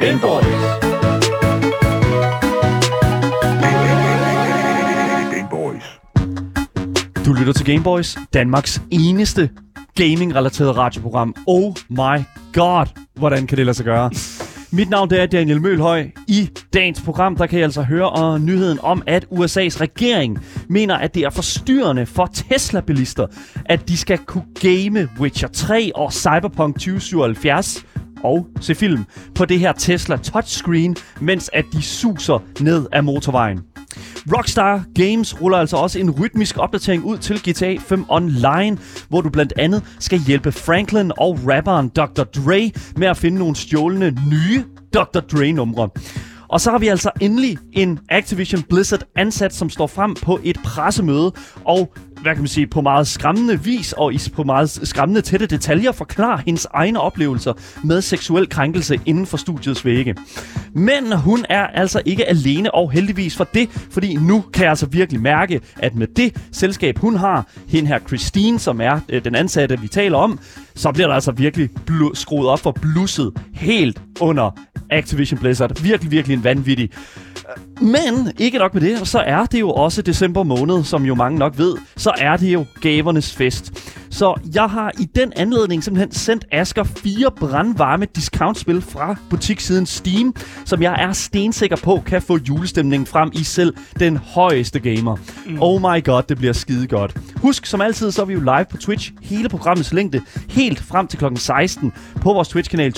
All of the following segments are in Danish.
Game Boys. Du lytter til Game Boys, Danmarks eneste gaming-relateret radioprogram. Oh my god, hvordan kan det lade sig gøre? Mit navn er Daniel Mølhøj. I dagens program, der kan I altså høre nyheden om, at USA's regering mener, at det er forstyrrende for Tesla-bilister, at de skal kunne game Witcher 3 og Cyberpunk 2077 og se film på det her Tesla touchscreen, mens at de suser ned ad motorvejen. Rockstar Games ruller altså også en rytmisk opdatering ud til GTA 5 Online, hvor du blandt andet skal hjælpe Franklin og rapperen Dr. Dre med at finde nogle stjålne nye Dr. Dre-numre. Og så har vi altså endelig en Activision Blizzard ansat, som står frem på et pressemøde og, hvad kan man sige, på meget skræmmende vis og på meget skræmmende tætte detaljer forklarer hendes egne oplevelser med seksuel krænkelse inden for studiets vægge. Men hun er altså ikke alene, og heldigvis for det, fordi nu kan jeg altså virkelig mærke, at med det selskab, hun har, hende her Christine, som er den ansatte, vi taler om, så bliver der altså virkelig skruet op for blusset helt under Activision Blizzard. Virkelig en vanvittig. Men ikke nok med det, så er det jo også december måned, som jo mange nok ved, så er det jo gavernes fest. Så jeg har i den anledning simpelthen sendt Asger 4 brandvarme discountspil fra butikssiden Steam, som jeg er stensikker på kan få julestemningen frem i selv den højeste gamer. Oh my god, det bliver skide godt. Husk, som altid, så er vi jo live på Twitch, hele programmets længde, helt frem til klokken 16 på vores Twitch-kanal,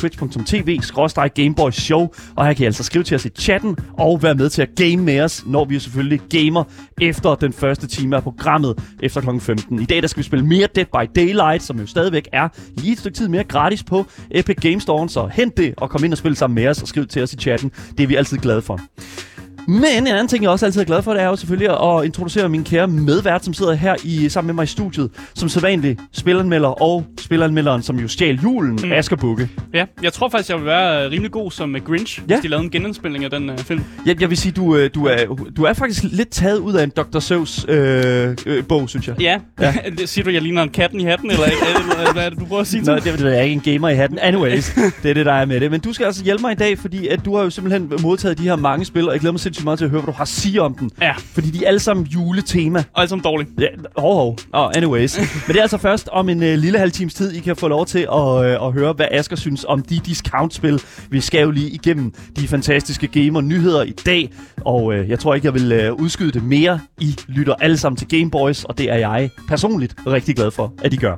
twitch.tv/gameboyshow, og her kan I altså skrive til os i chatten og være med til at game med os, når vi jo selvfølgelig gamer efter den første time af programmet efter klokken 15. I dag der skal vi spille mere Dead by Daylight, som jo stadigvæk er lige et stykke tid mere gratis på Epic Games Store, så hent det og kom ind og spil sammen med os og skriv til os i chatten. Det er vi altid glade for. Men en anden ting, jeg også altid er glad for, det er jo selvfølgelig at introducere min kære medvært, som sidder her sammen med mig i studiet, som sædvanlig spilanmelder og spilanmelderen, som jo stjal julen, Asger Bukke. Ja, jeg tror faktisk, jeg vil være rimelig god som Grinch, hvis de lavede en genindspilning af den film. Jeg vil sige, du er faktisk lidt taget ud af en Dr. Seuss bog, synes jeg. Ja. Siger du, jeg ligner en katten i hatten, eller hvad er det, du prøver at sige til? Nå, det er ikke en gamer i hatten. Anyways, det er det, der er med det. Men du skal altså hjælpe mig i dag, fordi at du har jo simpelthen modtaget de her mange spil, og jeg glæder mig sindssygt meget til at høre, hvad du har at sige om den. Ja. Fordi de er alle sammen juletema. Og alle sammen dårlige. Ja, anyways. Men det er altså først om en lille halv times tid, I kan få lov til at høre, hvad Asger synes om de discount-spil. Vi skal jo lige igennem de fantastiske gamer-nyheder i dag, og jeg tror ikke, jeg vil udskyde det mere. I lytter alle sammen til Game Boys, og det er jeg personligt rigtig glad for, at I gør.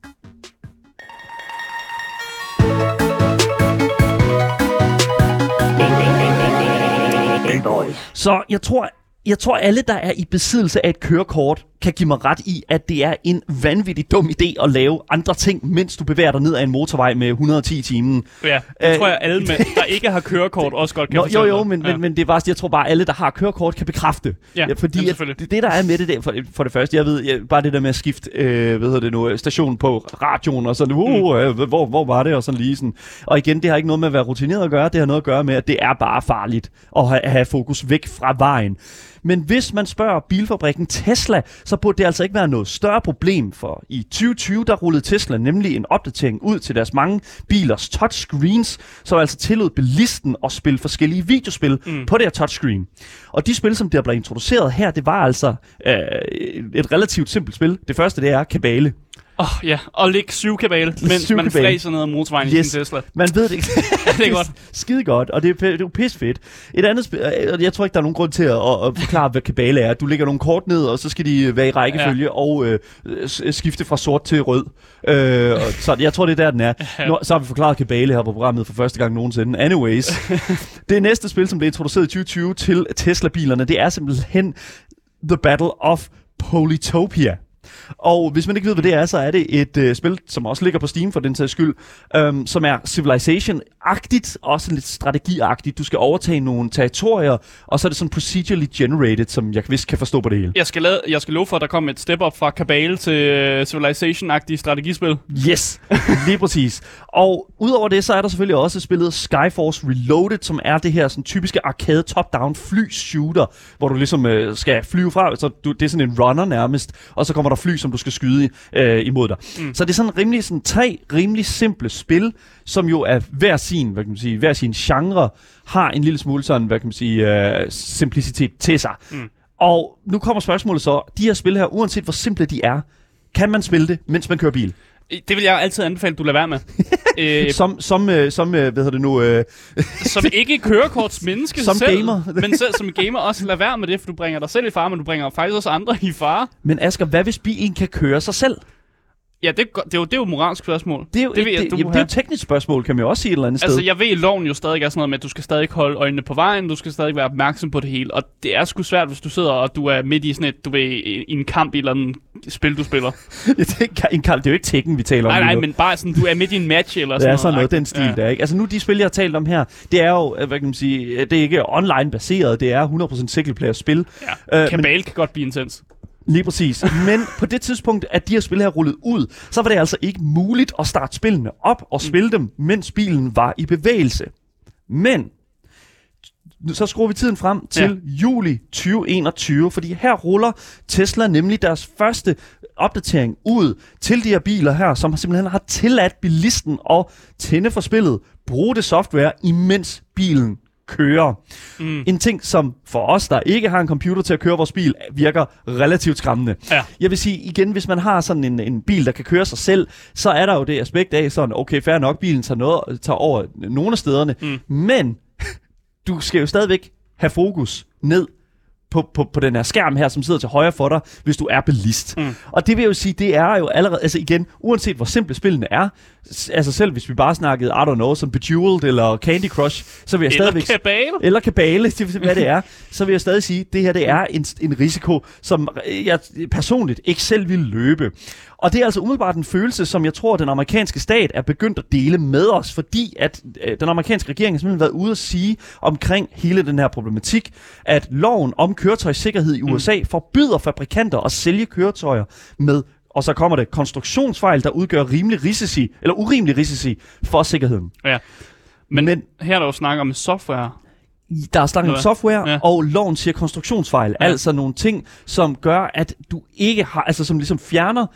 Så jeg tror alle, der er i besiddelse af et kørekort, kan give mig ret i, at det er en vanvittig dum idé at lave andre ting, mens du bevæger dig ned ad en motorvej med 110 timer. Ja, det tror jeg alle, der ikke har kørekort, også godt kan forstå. Jo, men det er bare, jeg tror bare, alle, der har kørekort, kan bekræfte. Ja, fordi det, der er med det der, for det første, jeg ved, bare det der med at skifte station på radioen, og sådan, hvor var det, og sådan lige sådan. Og igen, det har ikke noget med at være rutineret at gøre, det har noget at gøre med, at det er bare farligt at have fokus væk fra vejen. Men hvis man spørger bilfabrikken Tesla, så burde det altså ikke være noget større problem, for i 2020 der rullede Tesla nemlig en opdatering ud til deres mange bilers touchscreens, som altså tillod bilisten at spille forskellige videospil på deres touchscreen. Og de spil, som der blev introduceret her, det var altså et relativt simpelt spil. Det første, det er Kabale. Ja, og ligge 7 kabale, mens man fræser ned ad motorvejen i sin Tesla. Man ved det ikke. Det er godt. Skide godt, og det er jo pissfedt. Et andet spil, jeg tror ikke, der er nogen grund til at forklare, hvad kabale er. Du lægger nogle kort ned, og så skal de være i rækkefølge og skifte fra sort til rød. Så jeg tror, det er der, den er. Nu, så har vi forklaret kabale her på programmet for første gang nogensinde. Anyways. Det næste spil, som blev introduceret i 2020 til Tesla-bilerne, det er simpelthen The Battle of Polytopia. Og hvis man ikke ved, hvad det er, så er det et spil, som også ligger på Steam for den sags skyld, som er Civilization-agtigt, også lidt strategiagtigt. Du skal overtage nogle territorier, og så er det sådan procedurally generated, som jeg vist kan forstå på det hele. Jeg skal love for, at der kommer et step up fra Kabale til Civilization-agtige strategispil. Yes, lige præcis. Og udover det, så er der selvfølgelig også spillet Skyforce Reloaded, som er det her sådan typiske arcade top-down fly-shooter, hvor du ligesom skal flyve fra, så det er sådan en runner nærmest, og så kommer der fly fly, som du skal skyde imod dig. Så det er sådan rimelig sådan 3 rimelig simple spil, som jo er hver sin genre har en lille smule sådan, simplicitet til sig. Og nu kommer spørgsmålet så, de her spil her, uanset hvor simple de er, kan man spille det, mens man kører bil? Det vil jeg altid anbefale, du lader være med. Som ikke kørekortsmenneske som selv, gamer. Men selv som gamer også lad være med det, for du bringer dig selv i fare, men du bringer faktisk også andre i fare. Men Asger, hvad hvis bilen kan køre sig selv? Ja, det er jo et moralsk spørgsmål. Det er jo et teknisk spørgsmål, kan man jo også sige et eller andet sted. Altså, jeg ved, at loven jo stadig er sådan noget med, at du skal stadig holde øjnene på vejen, du skal stadig være opmærksom på det hele, og det er sgu svært, hvis du sidder, og du er midt i sådan i en kamp i eller anden spil, du spiller. Det er jo ikke Tekken, vi taler om. Nej, men bare sådan, du er midt i en match eller sådan noget. Det er sådan noget, den stil der, ikke? Altså nu, de spil, jeg har talt om her, det er jo, det er ikke online-baseret, det er 100% single-player-spil. Ja, Kabal kan godt blive intens. Lige præcis. Men på det tidspunkt, at de her spil her rullet ud, så var det altså ikke muligt at starte spillene op og spille dem, mens bilen var i bevægelse. Men så skruer vi tiden frem til juli 2021, fordi her ruller Tesla nemlig deres første opdatering ud til de her biler her, som simpelthen har tilladt bilisten at tænde for spillet, bruge det software, imens bilen kører. En ting, som for os, der ikke har en computer til at køre vores bil, virker relativt skræmmende. Ja. Jeg vil sige igen, hvis man har sådan en bil, der kan køre sig selv, så er der jo det aspekt af sådan, okay, fair nok, bilen tager over nogle af stederne, men du skal jo stadigvæk have fokus ned på den her skærm her, som sidder til højre for dig, hvis du er bilist. Og det vil jeg jo sige, det er jo allerede, altså igen, uanset hvor simple spillene er, altså selv hvis vi bare snakkede, I don't know, som Bejeweled eller Candy Crush, så vil jeg stadigvæk... Eller Kabale, hvad det er, så vil jeg stadig sige, det her, det er en risiko, som jeg personligt ikke selv vil løbe. Og det er altså umiddelbart en følelse, som jeg tror, den amerikanske stat er begyndt at dele med os, fordi at den amerikanske regering har simpelthen været ude at sige omkring hele den her problematik, at loven om køretøjssikkerhed i USA forbyder fabrikanter at sælge køretøjer med, og så kommer det, konstruktionsfejl, der udgør urimelig risici for sikkerheden. Ja. Men her er der jo snak om software. Der er snak om software, og loven siger konstruktionsfejl. Ja. Altså nogle ting, som gør, at du ikke har, altså som ligesom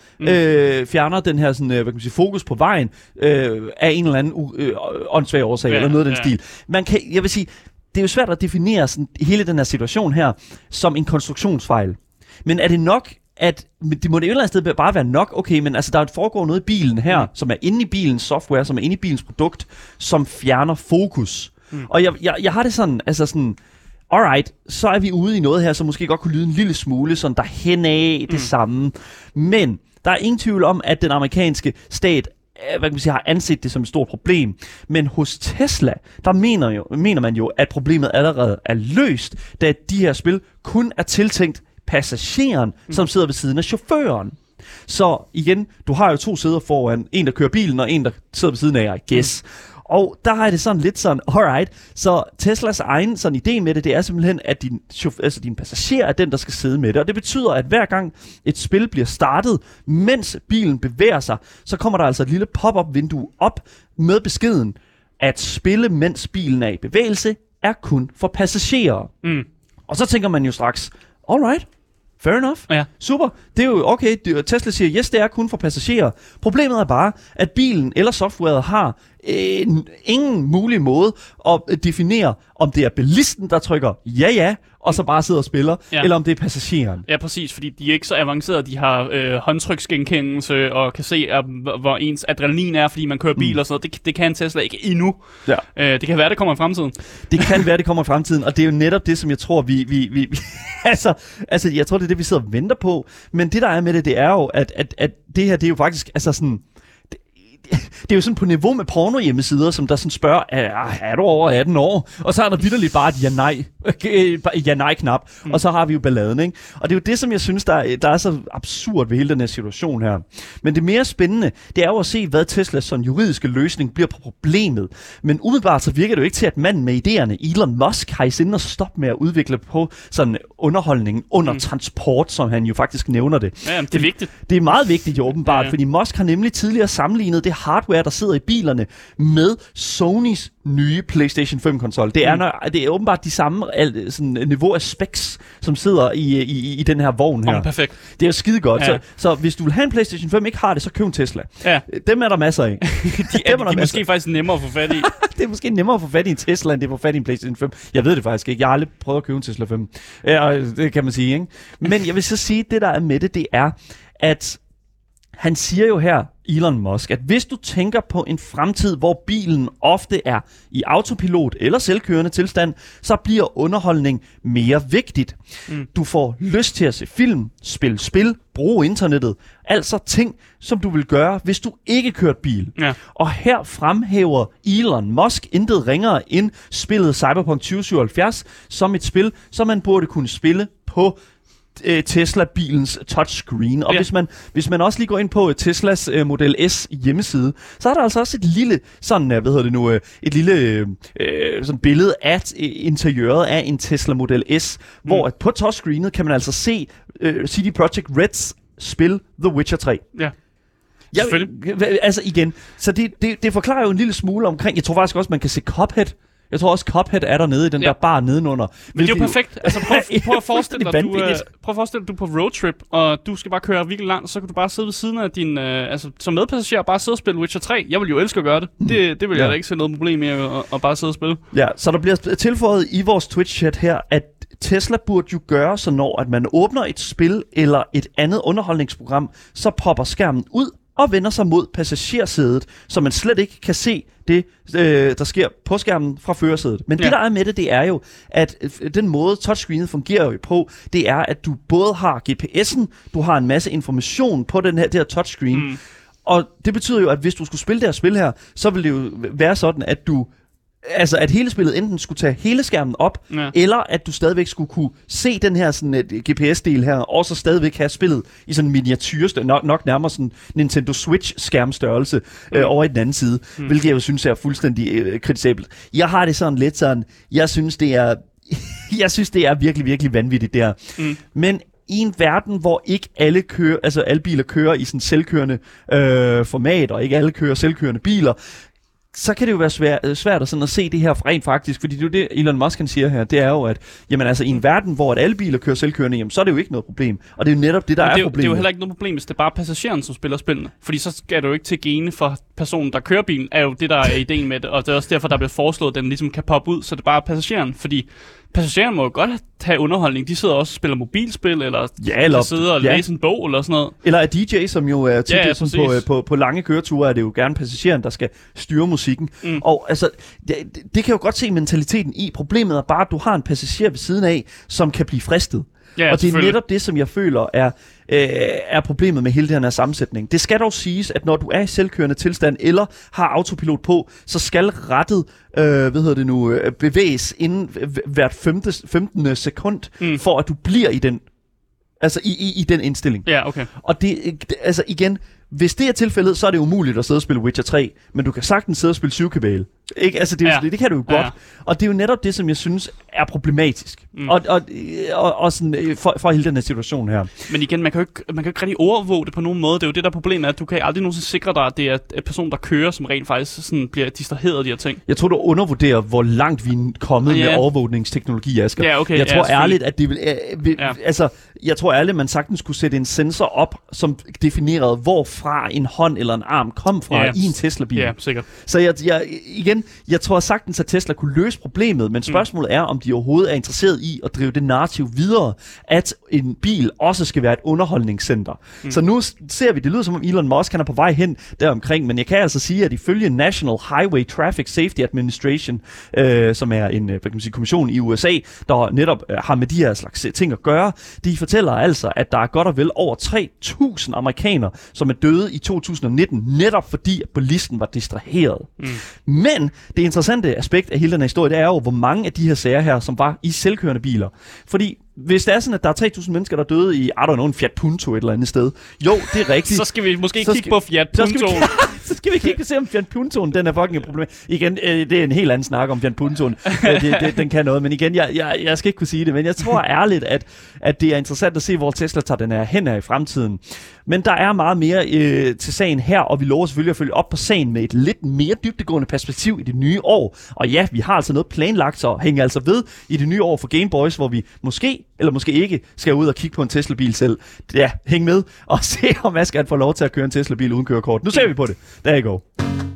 fjerner den her sådan, fokus på vejen af en eller anden åndssvag årsag, eller noget af den stil. Jeg vil sige, det er jo svært at definere sådan, hele den her situation her som en konstruktionsfejl. Men er det nok, det må det et eller andet sted bare være nok, okay, men altså der foregår noget i bilen her, som er inde i bilens software, som er inde i bilens produkt, som fjerner fokus. Og jeg har det sådan, altså sådan, alright, så er vi ude i noget her, som måske godt kunne lyde en lille smule sådan derhen af det samme. Men der er ingen tvivl om, at den amerikanske stat har anset det som et stort problem. Men hos Tesla, der mener man jo, at problemet allerede er løst, da de her spil kun er tiltænkt passageren, som sidder ved siden af chaufføren. Så igen, du har jo 2 sæder foran, en der kører bilen, og en der sidder ved siden af, I guess. Og der er det sådan lidt sådan, alright, så Teslas egen sådan idé med det er simpelthen, at din passager er den, der skal sidde med det. Og det betyder, at hver gang et spil bliver startet, mens bilen bevæger sig, så kommer der altså et lille pop-up vindue op med beskeden, at spille, mens bilen er i bevægelse, er kun for passagerer. Og så tænker man jo straks, alright, fair enough. Ja. Super. Det er jo okay. Tesla siger, yes, det er kun for passagerer. Problemet er bare, at bilen eller softwaret har ingen mulig måde at definere, om det er bilisten, der trykker ja, og så bare sidder og spiller, eller om det er passageren. Ja, præcis, fordi de er ikke så avancerede. De har håndtryksgenkendelse og kan se, hvor ens adrenalin er, fordi man kører bil og sådan noget. Det kan Tesla ikke endnu. Ja. Det kan være, det kommer i fremtiden. Det kan være, det kommer i fremtiden, og det er jo netop det, som jeg tror, vi altså, jeg tror, det er det, vi sidder og venter på. Men det, der er med det er jo, at det her, det er jo faktisk, altså sådan... Det er jo sådan på niveau med porno-hjemmesider, som der sådan spørger, er du over 18 år? Og så er der vitterligt bare et ja-nej-knap, og så har vi jo balladen, ikke? Og det er jo det, som jeg synes, der er så absurd ved hele den her situation her. Men det mere spændende, det er jo at se, hvad Teslas sådan juridiske løsning bliver på problemet. Men umiddelbart så virker det jo ikke til, at manden med idéerne, Elon Musk, har i sinde at stoppe med at udvikle på sådan underholdning under transport, som han jo faktisk nævner det. Ja, det er vigtigt. Det er meget vigtigt jo åbenbart, fordi Musk har nemlig tidligere sammenlignet det hardware, der sidder i bilerne med Sonys nye PlayStation 5-konsol. Det er åbenbart de samme sådan, niveau af specs, som sidder i den her vogn her. Perfekt. Det er jo skide godt. Ja. Så hvis du vil have en PlayStation 5, ikke har det, så køb en Tesla. Ja. Dem er der masser af. de er måske faktisk nemmere at få fat i. Det er måske nemmere at få fat i en Tesla, end det er at få fat i en PlayStation 5. Jeg ved det faktisk ikke. Jeg har aldrig prøvet at købe en Tesla 5. Ja, det kan man sige, ikke? Men jeg vil så sige, at det der er med det er, at han siger jo her, Elon Musk, at hvis du tænker på en fremtid, hvor bilen ofte er i autopilot eller selvkørende tilstand, så bliver underholdning mere vigtigt. Du får lyst til at se film, spille spil, bruge internettet, altså ting, som du vil gøre, hvis du ikke kørte bil. Ja. Og her fremhæver Elon Musk intet ringere end spillet Cyberpunk 2077 som et spil, som man burde kunne spille på Tesla-bilens touchscreen. Og hvis man også lige går ind på Teslas Model S hjemmeside, så er der altså også et lille sådan, et lille sådan billede af interiøret af en Tesla Model S, hvor på touchscreenet kan man altså se CD Projekt Reds spil The Witcher 3. Ja. Altså igen, så det forklarer jo en lille smule omkring, jeg tror faktisk også, man kan se Cuphead. Jeg tror også, Cuphead er dernede i den der bar nedenunder. Men det er jo perfekt. Altså, prøv at forestille dig, du er på roadtrip, og du skal bare køre virkelig langt, så kan du bare sidde ved siden af din... som medpassager bare sidde og spille Witcher 3. Jeg vil jo elske at gøre det. Det vil jeg da ikke se noget problem med at bare sidde og spille. Ja, så der bliver tilføjet i vores Twitch-chat her, at Tesla burde jo gøre, så når at man åbner et spil eller et andet underholdningsprogram, så popper skærmen ud og vender sig mod passagersædet, så man slet ikke kan se det, der sker på skærmen fra førersædet. Men det, der er med det er jo, at den måde touchscreenet fungerer jo på, det er, at du både har GPS'en, du har en masse information på det her touchscreen, og det betyder jo, at hvis du skulle spille det her spil her, så vil det jo være sådan, at at hele spillet enten skulle tage hele skærmen op, eller at du stadigvæk skulle kunne se den her sådan GPS-del her, og så stadigvæk have spillet i sådan en miniatyr, nok nærmere sådan Nintendo Switch-skærmstørrelse over i den anden side, hvilket jeg jo synes er fuldstændig kritisabelt. Jeg har det sådan lidt sådan, jeg synes det er virkelig, virkelig vanvittigt der. Men i en verden, hvor ikke alle alle biler kører i sådan selvkørende format, og ikke alle kører selvkørende biler, så kan det jo være svært at, sådan at se det her rent faktisk, fordi det er jo det, Elon Musk han siger her, det er jo, at jamen, altså, i en verden, hvor alle biler kører selvkørende, jamen, så er det jo ikke noget problem. Og det er jo netop det, der er problemet. Det er jo heller ikke noget problem, hvis det er bare passageren, som spiller spillene. Fordi så skal det jo ikke til gene for personen, der kører bilen, er jo det, der er ideen med det. Og det er også derfor, der bliver foreslået, at den ligesom kan poppe ud, så det er bare passageren. Fordi passageren må jo godt have underholdning. De sidder også og spiller mobilspil, eller sidder og læser en bog, eller sådan noget. Eller er DJ, som jo er tit på lange køreture, er det jo gerne passageren, der skal styre musikken. Og altså, det kan jo godt se mentaliteten i. Problemet er bare, at du har en passager ved siden af, som kan blive fristet. Ja, og det er netop det, som jeg føler er problemet med hele den her sammensætning. Det skal dog siges, at når du er i selvkørende tilstand eller har autopilot på, så skal rettet bevæges inden hvert 15. sekund, for at du bliver i den, altså i den indstilling. Ja, okay. Og det altså igen, hvis det er tilfældet, så er det umuligt at sidde og spille Witcher 3, men du kan sagtens sidde og spille Syvkabale. Ikke? Altså, det kan du jo godt. Og det er jo netop det, som jeg synes er problematisk. Og sådan, for hele den her situation her. Men igen, man kan jo ikke rigtig overvåge det på nogen måde. Det er jo det, der problemet er, at du kan aldrig nogensinde sikre dig, at det er en person, der kører, som rent faktisk sådan bliver distraheret af de her ting. Jeg tror, du undervurderer, hvor langt vi er kommet med overvågningsteknologi, Asger. Ja, okay. Jeg tror ærligt, at det vil... Altså, jeg tror ærligt, man sagtens skulle sætte en sensor op, som definerede, hvorfra en hånd eller en arm kom fra i en Tesla-bil. Ja, sikkert. Så jeg tror sagtens, at Tesla kunne løse problemet, men spørgsmålet er, om de overhovedet er interesseret i at drive det narrativ videre, at en bil også skal være et underholdningscenter. Så nu ser vi, det lyder som om Elon Musk han er på vej hen deromkring, men jeg kan altså sige, at ifølge National Highway Traffic Safety Administration, som er en kommission i USA, der netop har med de her slags ting at gøre, de fortæller altså, at der er godt og vel over 3.000 amerikanere, som er døde i 2019, netop fordi bilisten var distraheret. Men det interessante aspekt af hele den her historie, det er jo, hvor mange af de her sager her, som var i selvkørende biler. Fordi hvis det er sådan, at der er 3.000 mennesker, der er døde i, en Fiat Punto et eller andet sted. Jo, det er rigtigt. Så skal vi måske kigge på Fiat Punto. Så skal vi kigge og se, om Fjern Puntoen, den er fucking et problem. Igen, det er en helt anden snak om Fjern Puntoen. Den kan noget, men igen, jeg skal ikke kunne sige det, men jeg tror ærligt, at det er interessant at se, hvor Tesla tager den her hen her i fremtiden. Men der er meget mere til sagen her, og vi lover selvfølgelig at følge op på sagen med et lidt mere dybdegående perspektiv i det nye år. Og ja, vi har altså noget planlagt, så hænger altså ved i det nye år for Game Boys, hvor vi måske, eller måske ikke, skal ud og kigge på en Tesla-bil selv. Ja, hæng med og se, om Asger får lov til at køre en Tesla-bil uden kørekort. Nu ser vi på det. Der I go.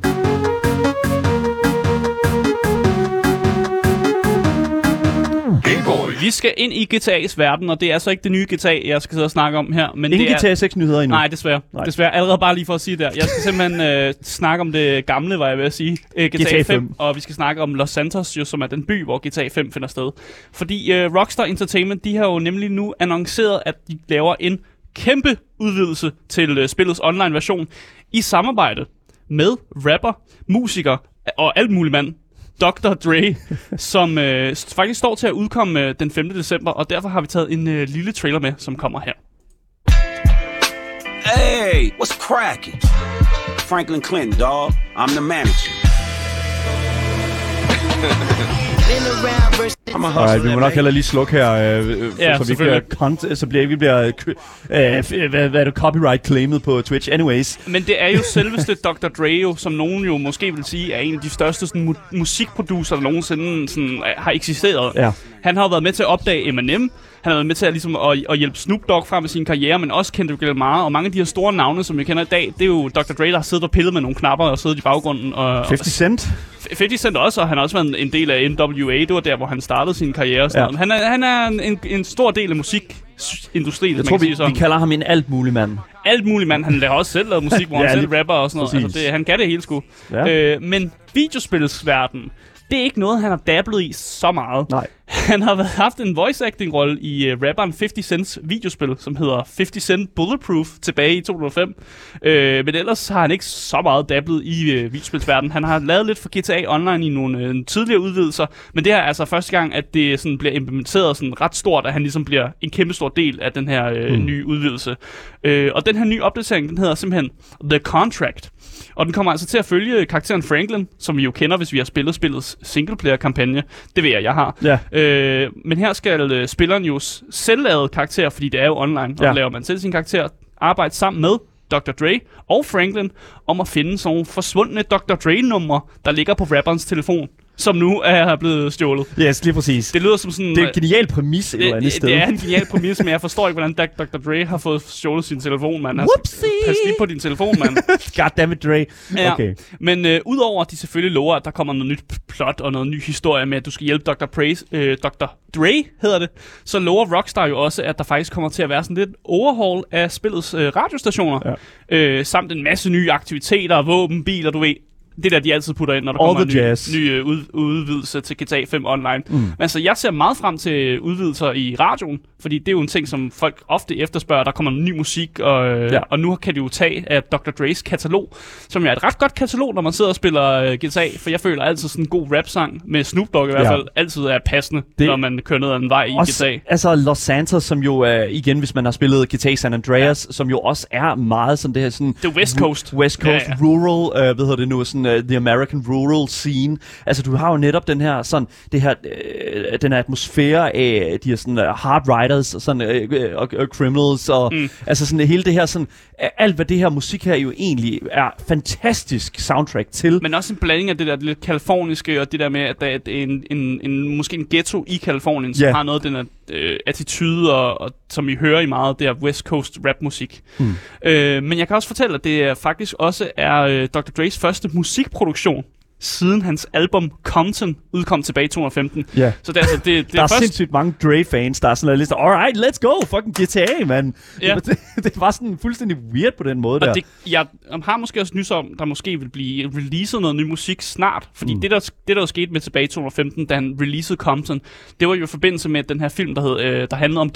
Vi skal ind i GTA's verden, og det er altså ikke det nye GTA, jeg skal sidde og snakke om her. Men ingen det er... GTA 6-nyheder endnu. Nej, desværre. Desværre. Allerede bare lige for at sige der. Jeg skal simpelthen snakke om det gamle, var jeg ved at sige. GTA 5. Og vi skal snakke om Los Santos, jo, som er den by, hvor GTA 5 finder sted. Fordi Rockstar Entertainment, de har jo nemlig nu annonceret, at de laver en kæmpe udvidelse til spillets online-version i samarbejde med rapper, musiker og alt muligt mand. Dr. Dre, som faktisk står til at udkomme den 5. december, og derfor har vi taget en lille trailer med, som kommer her. Hey, what's cracking? Franklin Clinton, dog. I'm the manager. Alright, vi må nok heller lige slukke her, så vi bliver copyright claimet på Twitch anyways. Men det er jo selveste Dr. Dre, jo, som nogen jo måske vil sige, er en af de største sådan, musikproducer, der nogensinde sådan, har eksisteret. Ja. Han har jo været med til at opdage Eminem. Han har været med til at, ligesom, at hjælpe Snoop Dogg frem med sin karriere, men også Kendrick Lamar. Og mange af de her store navne, som vi kender i dag, det er jo Dr. Dre, der har siddet og pillet med nogle knapper og siddet i baggrunden. Og 50 Cent? 50 Cent også, og han har også været en del af NWA. Det var der, hvor han startede sin karriere. Ja. Han er en stor del af musikindustrien. Jeg tror, vi kalder ham en alt mulig mand. Alt muligt mand. Han har også selv lavet musik, hvor han selv rapper og sådan noget. Altså, han kan det hele sgu. Ja. Men videospilsverden, det er ikke noget, han har dabblet i så meget. Nej. Han har haft en voice acting rolle i rapperen 50 Cent's videospil, som hedder 50 Cent Bulletproof, tilbage i 2005. Men ellers har han ikke så meget dabblet i videospilsverdenen. Han har lavet lidt for GTA Online i nogle tidligere udvidelser, men det her er altså første gang, at det sådan bliver implementeret sådan ret stort, at han ligesom bliver en kæmpe stor del af den her nye udvidelse. Og den her nye opdatering, den hedder simpelthen The Contract. Og den kommer altså til at følge karakteren Franklin, som vi jo kender, hvis vi har spillet spillets singleplayer-kampagne. Det ved jeg har. Ja. Men her skal spilleren jo selv lave karakter, fordi det er jo online, og laver man selv sin karakter, arbejde sammen med Dr. Dre og Franklin om at finde sådan nogle forsvundne Dr. Dre-numre, der ligger på rapperens telefon, som nu er blevet stjålet. Yes, lige præcis. Det lyder som sådan... Det er en genial præmis et eller andet sted. Det er en genial præmis, men jeg forstår ikke, hvordan Dr. Dre har fået stjålet sin telefon, mand. Whoopsie! Pas lige på din telefon, mand. Goddammit, Dre. Okay. Ja. Men udover at de selvfølgelig lover, at der kommer noget nyt plot og noget ny historie med, at du skal hjælpe Dr. Dre, hedder det, så lover Rockstar jo også, at der faktisk kommer til at være sådan lidt overhaul af spillets radiostationer. Ja. Samt en masse nye aktiviteter, våben, biler, du ved. Det der, de altid putter ind, når der kommer en ny udvidelse til GTA 5 Online. Altså, jeg ser meget frem til udvidelser i radioen, fordi det er jo en ting, som folk ofte efterspørger. Der kommer ny musik, og nu kan de jo tage af Dr. Dre's katalog, som er et ret godt katalog, når man sidder og spiller GTA, for jeg føler altid sådan en god rap-sang med Snoop Dogg i hvert fald altid er passende, når man kører ned ad en vej i GTA. Altså, Los Santos, som jo er, igen, hvis man har spillet GTA San Andreas, som jo også er meget sådan det her sådan... Det er West Coast. Rural, hvad hedder det nu, sådan the American rural scene. Altså, du har jo netop den her, den her atmosfære af de her sådan hard riders, sådan, og criminals, og altså sådan hele det her, sådan, alt hvad det her musik her jo egentlig er fantastisk soundtrack til. Men også en blanding af det der lidt kaliforniske, og det der med, at der er måske en ghetto i Kalifornien, som har noget af den her attitude, og som I hører i meget, det her West Coast rap-musik. Men jeg kan også fortælle, at det faktisk også er Dr. Dre's første musikproduktion, siden hans album Compton udkom tilbage i 2015. Yeah. Så det er altså der er sindssygt mange Dre-fans, der er sådan lidt, alright, let's go, fucking GTA, man. Yeah. Det var sådan fuldstændig weird på den måde og der. Jeg har måske også nys om, der måske vil blive releaset noget ny musik snart, fordi det der skete med tilbage i 2015, da han releasede Compton, det var jo i forbindelse med den her film, der handlede om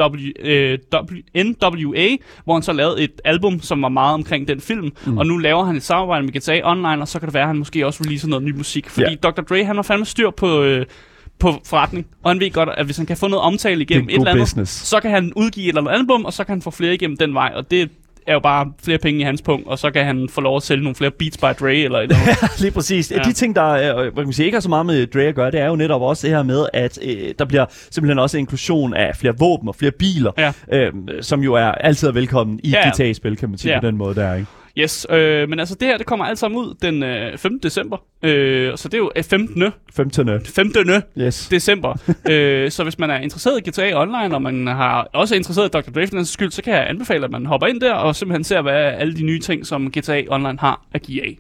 NWA, hvor han så lavede et album, som var meget omkring den film, og nu laver han et samarbejde med GTA Online, og så kan det være, at han måske også releaser noget ny musik, fordi Dr. Dre, han har fandme styr på forretning, og han ved godt, at hvis han kan få noget omtale igennem et eller andet, så kan han udgive et eller andet album, og så kan han få flere igennem den vej, og det er jo bare flere penge i hans punkt, og så kan han få lov at sælge nogle flere Beats by Dre eller et eller andet. Lige præcis. Ja. De ting, der hvad kan man sige, ikke har så meget med Dre at gøre, det er jo netop også det her med, at der bliver simpelthen også inklusion af flere våben og flere biler, som jo er altid velkommen i GTA-spil, kan man sige på den måde der, ikke? Yes, men altså det her, det kommer alt sammen ud den 15. december, så det er jo 15. December. Så hvis man er interesseret i GTA Online, og man har også interesseret i Dr. Dre for den skyld, så kan jeg anbefale, at man hopper ind der og simpelthen ser, hvad alle de nye ting, som GTA Online har at give af.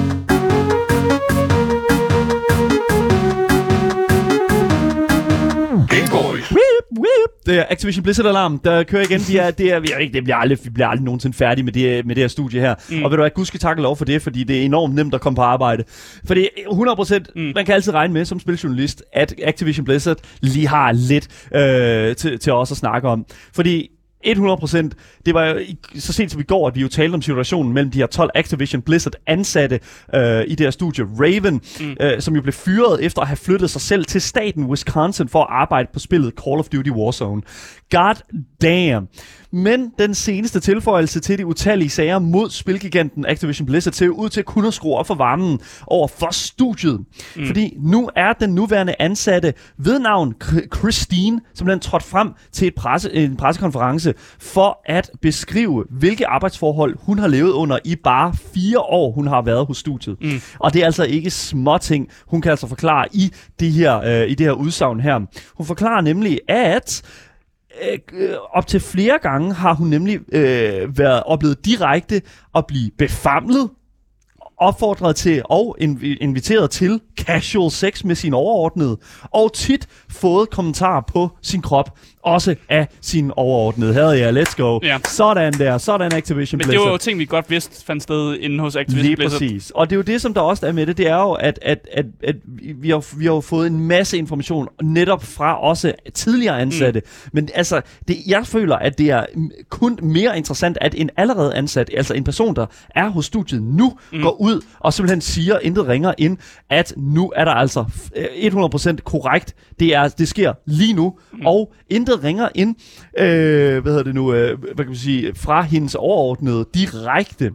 Det er Activision Blizzard-alarm, der kører igen. Vi bliver aldrig nogensinde færdige med det her studie her. Og ved du hvad, Gud skal takke lov for det, fordi det er enormt nemt at komme på arbejde. Fordi 100%, man kan altid regne med som spiljournalist, at Activision Blizzard lige har lidt til os at snakke om. Fordi 100%. Det var jo så sent som i går, at vi jo talte om situationen mellem de her 12 Activision Blizzard ansatte i det her studie. Raven, som jo blev fyret efter at have flyttet sig selv til staten Wisconsin for at arbejde på spillet Call of Duty Warzone. God damn. Men den seneste tilføjelse til de utallige sager mod spilgiganten Activision Blizzard ser ud til kun at skrue op for varmen over for studiet. Fordi nu er den nuværende ansatte ved navn Christine, som den trådte frem til en pressekonference for at beskrive, hvilke arbejdsforhold hun har levet under i bare 4 år, hun har været hos studiet. Og det er altså ikke småting, hun kan altså forklare i det her udsagn her. Hun forklarer nemlig, at op til flere gange har hun nemlig været oplevet direkte at blive befamlet, opfordret til og inviteret til casual sex med sin overordnede, og tit fået kommentarer på sin krop, også af sin overordnede. Let's go. Ja. Sådan Activision Blizzard. Men det var jo ting, vi godt vidste fandt sted inde hos Activision Blizzard. Lige præcis. Og det er jo det, som der også er med det, det er jo, at vi har jo fået en masse information, netop fra også tidligere ansatte. Men altså, jeg føler, at det er kun mere interessant, at en allerede ansat, altså en person, der er hos studiet nu, går ud og simpelthen siger, intet ringer ind, at nu er der altså 100% korrekt. Det sker lige nu, og intet ringer ind, hvad kan man sige, fra hendes overordnede direkte.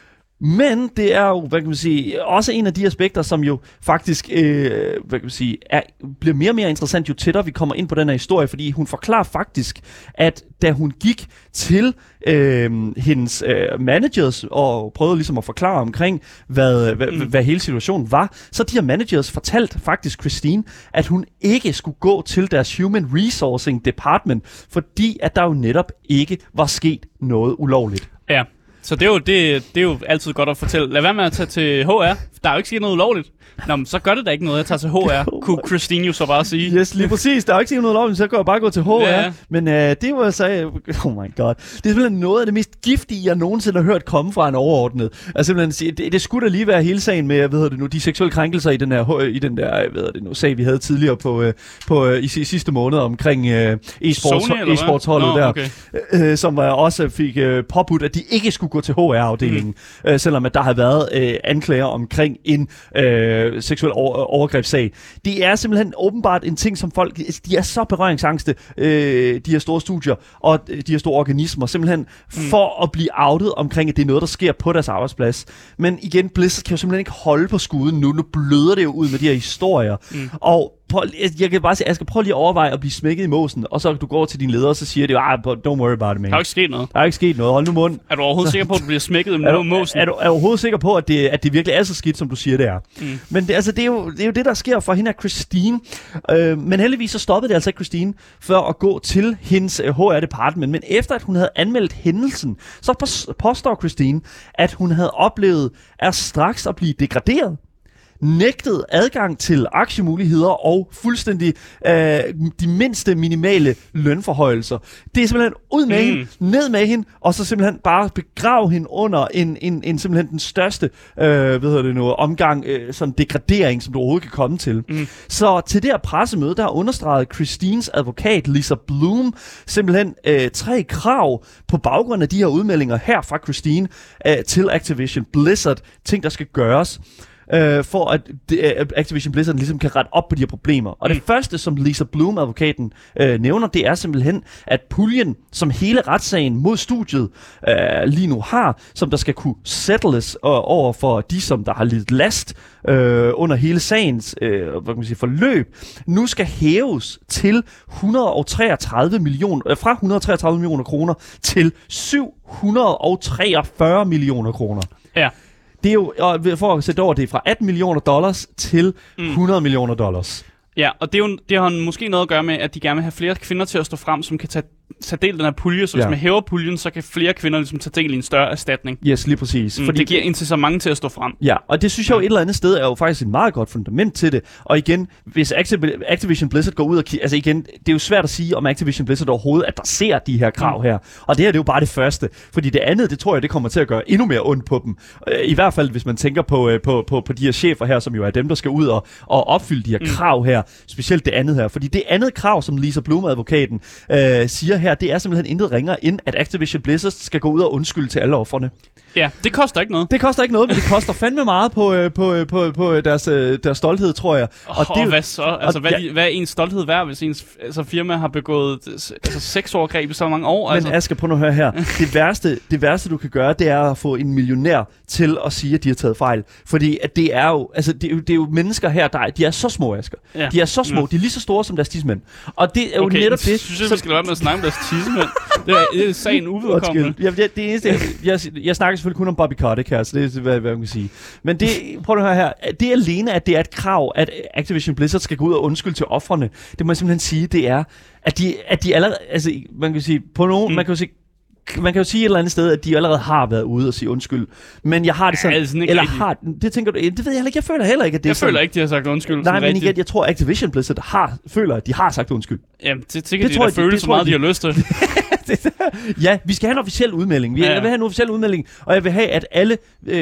Men det er jo, hvad kan man sige, også en af de aspekter, som jo faktisk, hvad kan man sige, bliver mere og mere interessant, jo tættere vi kommer ind på den her historie, fordi hun forklarer faktisk, at da hun gik til hendes managers og prøvede ligesom at forklare omkring, hvad hele situationen var, så de her managers fortalte faktisk Christine, at hun ikke skulle gå til deres Human Resourcing Department, fordi at der jo netop ikke var sket noget ulovligt. Ja. Så det er jo altid godt at fortælle. Lad være med at tage til HR. Der er jo ikke sket noget ulovligt. Nå, men så gør det da ikke noget at tage til HR, kunne Christine jo så bare sige. Yes, lige præcis. Der er jo ikke sket noget ulovligt, så kan jeg bare gå til HR. Ja. Men det var altså... Oh my god. Det er simpelthen noget af det mest giftige, jeg nogensinde har hørt komme fra en overordnet. Altså simpelthen sige, det skulle da lige være hele sagen med, de seksuelle krænkelser i den der sag, vi havde tidligere i sidste måned omkring e-sportsholdet der. Okay. Som også fik påbudt, at de ikke skulle gå til HR-afdelingen, selvom at der har været anklager omkring en seksuel overgrebssag. Det er simpelthen åbenbart en ting, som folk, de er så berøringsangste, de her store studier og de her store organismer, simpelthen for at blive outet omkring, at det er noget, der sker på deres arbejdsplads. Men igen, Blizzard kan jo simpelthen ikke holde på skuden nu. Nu bløder det jo ud med de her historier. Og jeg kan bare sige, jeg skal prøve lige at overveje at blive smækket i måsen, og så du går til din leder, og så siger det, don't worry about it, man. Der er ikke sket noget. Der er ikke sket noget. Hold nu mund. Er du overhovedet sikker på, at du bliver smækket i måsen? Er du overhovedet sikker på, at det virkelig er så skidt, som du siger, det er? Men det er jo det, der sker for hende af Christine. Men heldigvis så stoppede det altså ikke Christine for at gå til hendes HR-department. Men efter at hun havde anmeldt hændelsen, så påstår Christine, at hun havde oplevet straks at blive degraderet, nægtet adgang til aktiemuligheder og fuldstændig de mindste minimale lønforhøjelser. Det er simpelthen ud med hende, ned med hende, og så simpelthen bare begrave hende under en simpelthen den største omgang sådan degradering, som du overhovedet kan komme til. Så til det her pressemøde, der understregede Christines advokat Lisa Bloom simpelthen 3 krav på baggrund af de her udmeldinger her fra Christine til Activision Blizzard, ting der skal gøres. for at Activision Blizzard ligesom kan rette op på de her problemer. Og det første, som Lisa Bloom, advokaten, nævner, det er simpelthen, at puljen, som hele retssagen mod studiet lige nu har, som der skal kunne settles over for de, som der har lidt last under hele sagens forløb, nu skal hæves til 133 millioner kroner til 743 millioner kroner. Ja. Det er jo, for at sætte over, det er fra $18 millioner til $100 millioner. Ja, og det har måske noget at gøre med, at de gerne vil have flere kvinder til at stå frem, som kan tage del i den her pulje, så hvis man hæver puljen, så kan flere kvinder ligesom tage del i en større erstatning. Yes, lige præcis. Fordi det giver incitament til at stå frem. Ja, og det synes jeg jo et eller andet sted er jo faktisk et meget godt fundament til det. Og igen, hvis Activision Blizzard går ud og altså igen, det er jo svært at sige, om Activision Blizzard overhovedet adresserer de her krav her. Og det her, det er jo bare det første. Fordi det andet, det tror jeg, det kommer til at gøre endnu mere ondt på dem. I hvert fald, hvis man tænker på de her chefer her, som jo er dem, der skal ud og opfylde de her krav her. Specielt det andet her. Fordi det andet krav, som Lisa Bloom, advokaten, siger her, det er simpelthen intet ringere, end at Activision Blizzard skal gå ud og undskylde til alle ofrene. Ja, det koster ikke noget. Det koster ikke noget, men det koster fandme meget på deres stolthed, tror jeg. Hvad så? Altså, hvad er ens stolthed værd, hvis ens firma har begået sexovergreb i så mange år? Men Asger, prøv nu at høre her. Det værste, du kan gøre, det er at få en millionær til at sige, at de har taget fejl. Fordi at det er jo mennesker her, de er så små, Asger. Ja. De er så små. De er lige så store som deres tidsmænd. Og det er jo netop det. Synes jeg, vi skal lade være med at snakke om deres tidsmænd. Det er sagen uvedkommende. Det eneste, jeg snakker selvfølgelig kun om Bobby Kotick her, så det er, hvad man kan sige. Men prøv at høre her. Det alene, at det er et krav, at Activision Blizzard skal gå ud og undskylde til ofrene, det må jeg simpelthen sige, det er, at de allerede, altså man kan sige, på nogen, man kan jo sige et eller andet sted, at de allerede har været ude og sige undskyld. Men jeg har det sådan... det tænker du... Det ved jeg heller ikke. Jeg føler heller ikke, at det er sådan... Jeg føler ikke, de har sagt undskyld. Nej, men igen, jeg tror, Activision Blizzard føler, at de har sagt undskyld. Jamen, det tænker de, der føles så meget, de har lyst til. Ja, vi skal have en officiel udmelding. Jeg vil have en officiel udmelding, og jeg vil have, at alle,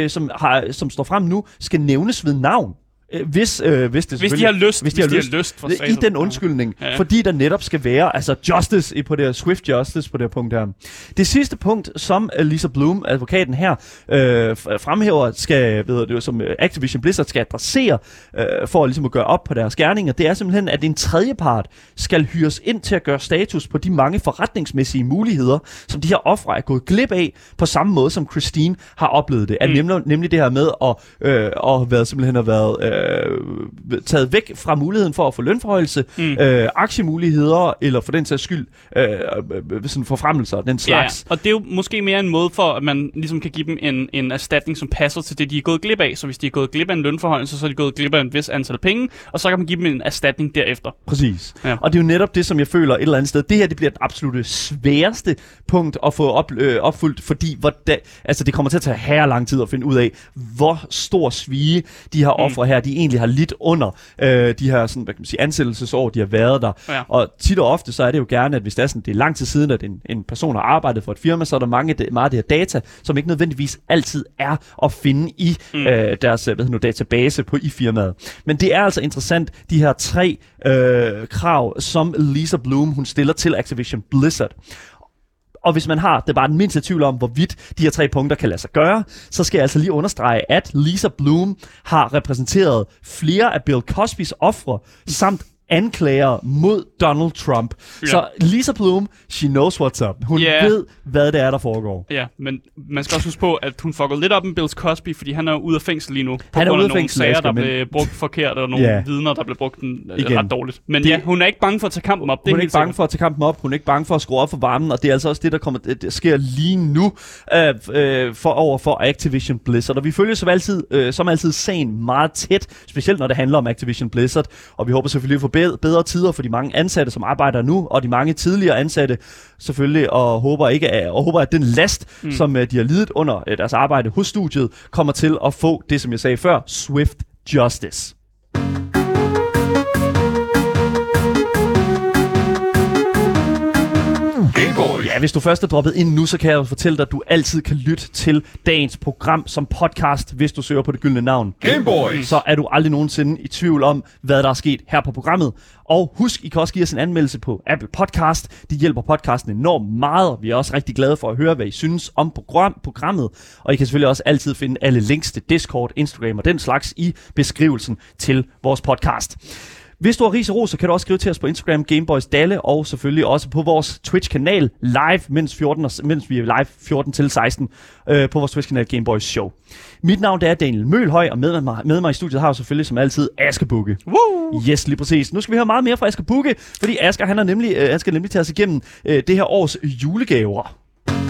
som står frem nu, skal nævnes ved navn. Hvis de har lyst for i den undskyldning, fordi der netop skal være justice på det Swift justice på det her punkt her. Det sidste punkt, som Lisa Bloom, advokaten her, fremhæver, som Activision Blizzard skal adressere for ligesom at gøre op på deres gerninger, det er simpelthen, at en tredjepart skal hyres ind til at gøre status på de mange forretningsmæssige muligheder, som de her ofre er gået glip af, på samme måde som Christine har oplevet det. Nemlig det her med at været taget væk fra muligheden for at få lønforhøjelse, aktiemuligheder, eller for den sags skyld sådan forfremmelser, den slags. Ja, og det er jo måske mere en måde for, at man ligesom kan give dem en erstatning, som passer til det, de er gået glip af. Så hvis de er gået glip af en lønforhøjelse, så er de gået glip af en vis antal penge, og så kan man give dem en erstatning derefter. Præcis. Ja. Og det er jo netop det, som jeg føler et eller andet sted. Det her, det bliver det absolut sværeste punkt at få opfyldt, fordi det kommer til at tage her lang tid at finde ud af, hvor stor svige de her ofre her, de egentlig har lidt under de her sådan, hvad kan man sige, ansættelsesår, de har været der. Ja. Og tit og ofte, så er det jo gerne, at hvis det er lang tid siden, at en person har arbejdet for et firma, så er der meget af det her data, som ikke nødvendigvis altid er at finde i deres database i firmaet. Men det er altså interessant, de her 3 krav, som Lisa Bloom, hun stiller til Activision Blizzard. Og hvis man har det bare den mindste tvivl om, hvorvidt de her 3 punkter kan lade sig gøre, så skal jeg altså lige understrege, at Lisa Bloom har repræsenteret flere af Bill Cosbys ofre, samt anklager mod Donald Trump. Ja. Så Lisa Bloom, she knows what's up. Hun ved, hvad det er, der foregår. Ja, men man skal også huske på, at hun fucker lidt op med Bill Cosby, fordi han er ude af fængsel lige nu. Han er ude af fængsel, sager, der blev brugt forkert, og nogle vidner, der blev brugt ret dårligt. Men hun er ikke bange for at tage kampen op. Hun er ikke bange for at tage kampen op. Hun er ikke bange for at skrue op for varmen, og det er altså også det, der sker lige nu for Activision Blizzard. Og vi følger som altid sagen meget tæt, specielt når det handler om Activision Blizzard, og vi håber selvfølgelig at få bedre tider for de mange ansatte, som arbejder nu, og de mange tidligere ansatte selvfølgelig, og håber, at den last, som de har lidet under deres arbejde hos studiet, kommer til at få det, som jeg sagde før, Swift Justice. Ja, hvis du først er droppet ind nu, så kan jeg jo fortælle dig, at du altid kan lytte til dagens program som podcast, hvis du søger på det gyldne navn Gameboys. Så er du aldrig nogensinde i tvivl om, hvad der er sket her på programmet. Og husk, I kan også give os en anmeldelse på Apple Podcast. Det hjælper podcasten enormt meget, og vi er også rigtig glade for at høre, hvad I synes om programmet. Og I kan selvfølgelig også altid finde alle links til Discord, Instagram og den slags i beskrivelsen til vores podcast. Hvis du har ris og ros, så kan du også skrive til os på Instagram, Gameboys Dalle, og selvfølgelig også på vores Twitch-kanal live, mens vi er live 14 til 16 på vores Twitch-kanal Gameboys Show. Mit navn er Daniel Mølhøj, og med mig i studiet har jeg selvfølgelig som altid Asger Bugge. Woo! Yes, lige præcis. Nu skal vi høre meget mere fra Asger Bugge, fordi Asger han skal nemlig tage os igennem det her års julegaver.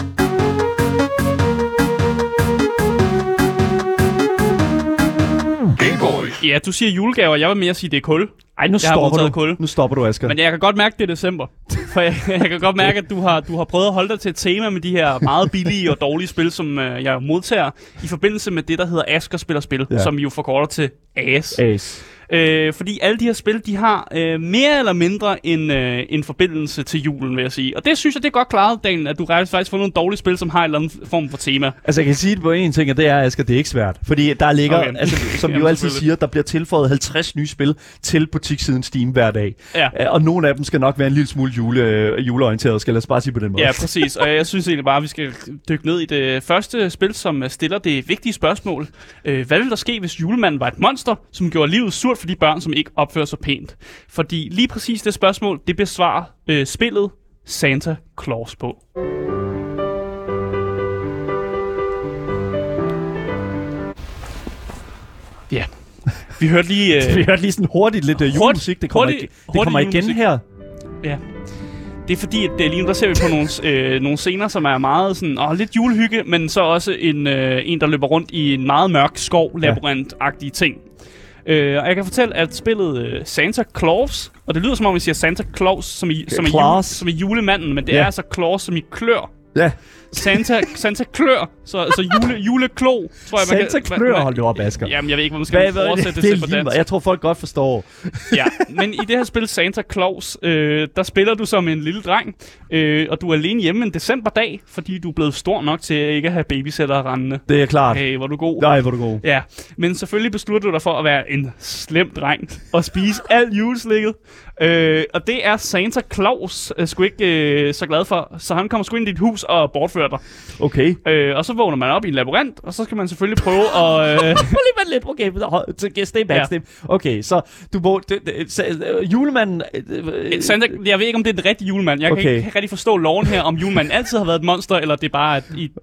Ja, du siger julegaver, jeg vil mere sige, det er kul. Ej, nu stopper du, Asger. Men jeg kan godt mærke, det er december. For jeg kan godt mærke, at du har prøvet at holde dig til et tema med de her meget billige og dårlige spil, som jeg modtager i forbindelse med det, der hedder Asger Spiller Spil, som vi jo forkorter til AS. Fordi alle de her spil, de har mere eller mindre en forbindelse til julen, vil jeg sige. Og det synes jeg, det er godt klaret, Daniel, at du faktisk får nogle dårlige spil, som har en eller anden form for tema. Altså, jeg kan sige det på en ting, og det er, Asger, det er ikke svært. Fordi der ligger, som vi jo altid siger, der bliver tilføjet 50 nye spil til butikssiden Steam hver dag. Ja. Og nogle af dem skal nok være en lille smule juleorienteret, skal jeg bare sige på den måde. Ja, præcis. Og jeg synes egentlig bare, at vi skal dykke ned i det første spil, som stiller det vigtige spørgsmål. Hvad ville der ske, hvis julemanden var et monster, som gjorde livet surt for de børn, som ikke opfører sig pænt? Fordi lige præcis det spørgsmål, det besvarer spillet Santa Claus på. Ja. Vi hørte lige sådan hurtigt lidt julemusik. Det kommer igen her. Ja. Det er fordi, at lige nu der ser vi på nogle scener, som er meget sådan, lidt julehygge, men så også en, der løber rundt i en meget mørk skov, labyrint-agtige ting. Og jeg kan fortælle, at spillet Santa Claus, og det lyder som om vi siger Santa Claus, som i julemanden, men det er altså Claus som i klør. Ja. Santa klør, så juleklo, tror jeg, man kan... Santa klør, hold det op, Asger. Jamen, jeg ved ikke, hvor man skal oversætte det til på dansk. Jeg tror, folk godt forstår. Ja, men i det her spil Santa Claus, der spiller du som en lille dreng, og du er alene hjemme en decemberdag, fordi du er blevet stor nok til ikke at have babysætter rendende. Det er klart. Hey, hvor du god. Nej, hvor du god. Ja, men selvfølgelig beslutter du dig for at være en slem dreng og spise alt juleslikket. Og det er Santa Claus sgu ikke så glad for, så han kommer sgu ind i dit hus og bortfører dig. Okay. Og så vågner man op i en labyrint, og så skal man selvfølgelig prøve at... Lige lidt, okay, stay back. Okay, så du julemanden... Santa, jeg ved ikke, om det er den rigtige julemand. Jeg kan ikke rigtig forstå loven her, om julemanden altid har været et monster, eller det er bare...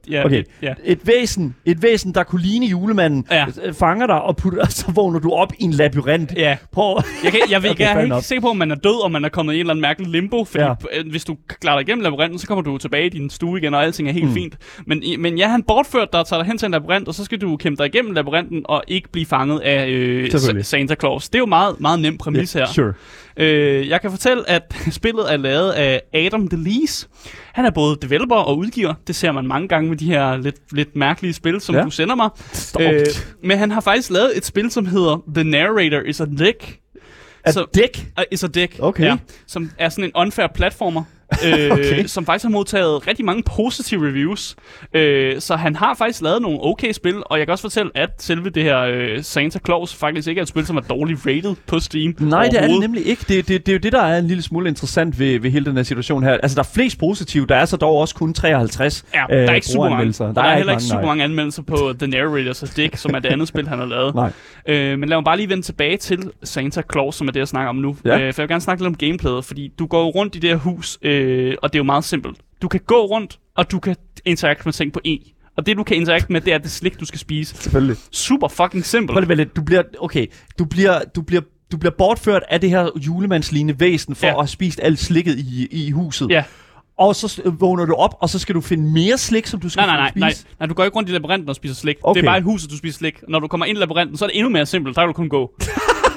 Et væsen, der kunne ligne julemanden, fanger dig og putter, så vågner du op i en labyrint. Ja. Jeg er ikke sikker på, om man er død, og man er kommet i en eller anden mærkelig limbo, fordi hvis du klarer dig igennem labyrinten, så kommer du tilbage i din stue igen, og alting er helt fint. Men han bortført dig og tager dig hen til en labyrint, og så skal du kæmpe dig igennem labyrinten og ikke blive fanget af Santa Claus. Det er jo meget, meget nem præmis her. Sure. Jeg kan fortælle, at spillet er lavet af Adam DeLeese. Han er både developer og udgiver. Det ser man mange gange med de her lidt mærkelige spil, som du sender mig. Men han har faktisk lavet et spil, som hedder The Narrator is a Dick. Is a Dick, okay. Som er sådan en unfair platformer. Som faktisk har modtaget rigtig mange positive reviews. Så han har faktisk lavet nogle okay spil, og jeg kan også fortælle, at selve det her Santa Claus faktisk ikke er et spil, som er dårligt rated på Steam. Nej, det er det nemlig ikke. Det er jo det, der er en lille smule interessant ved hele den her situation her. Altså, der er flest positive, der er så dog også kun 53 der er ikke super mange. Der er heller ikke super mange anmeldelser på The Narrator's Dick, som er det andet spil, han har lavet. Men lad mig bare lige vende tilbage til Santa Claus, som er det, jeg snakker om nu. For jeg vil gerne snakke lidt om gameplayet, fordi du går rundt i det her hus, og det er jo meget simpelt. Du kan gå rundt, og du kan interagere med ting på og det, du kan interagere med, det er det slik, du skal spise. Selvfølgelig. Super fucking simpelt. Prøv lige lidt. Du bliver bortført af det her julemandslignende væsen for at have spist alt slikket i huset. Ja. Og så vågner du op, og så skal du finde mere slik, som du skal spise? Nej, du går ikke rundt i labyrinten og spiser slik. Okay. Det er bare i huset, du spiser slik. Når du kommer ind i labyrinten, så er det endnu mere simpelt. Der kan du kun gå.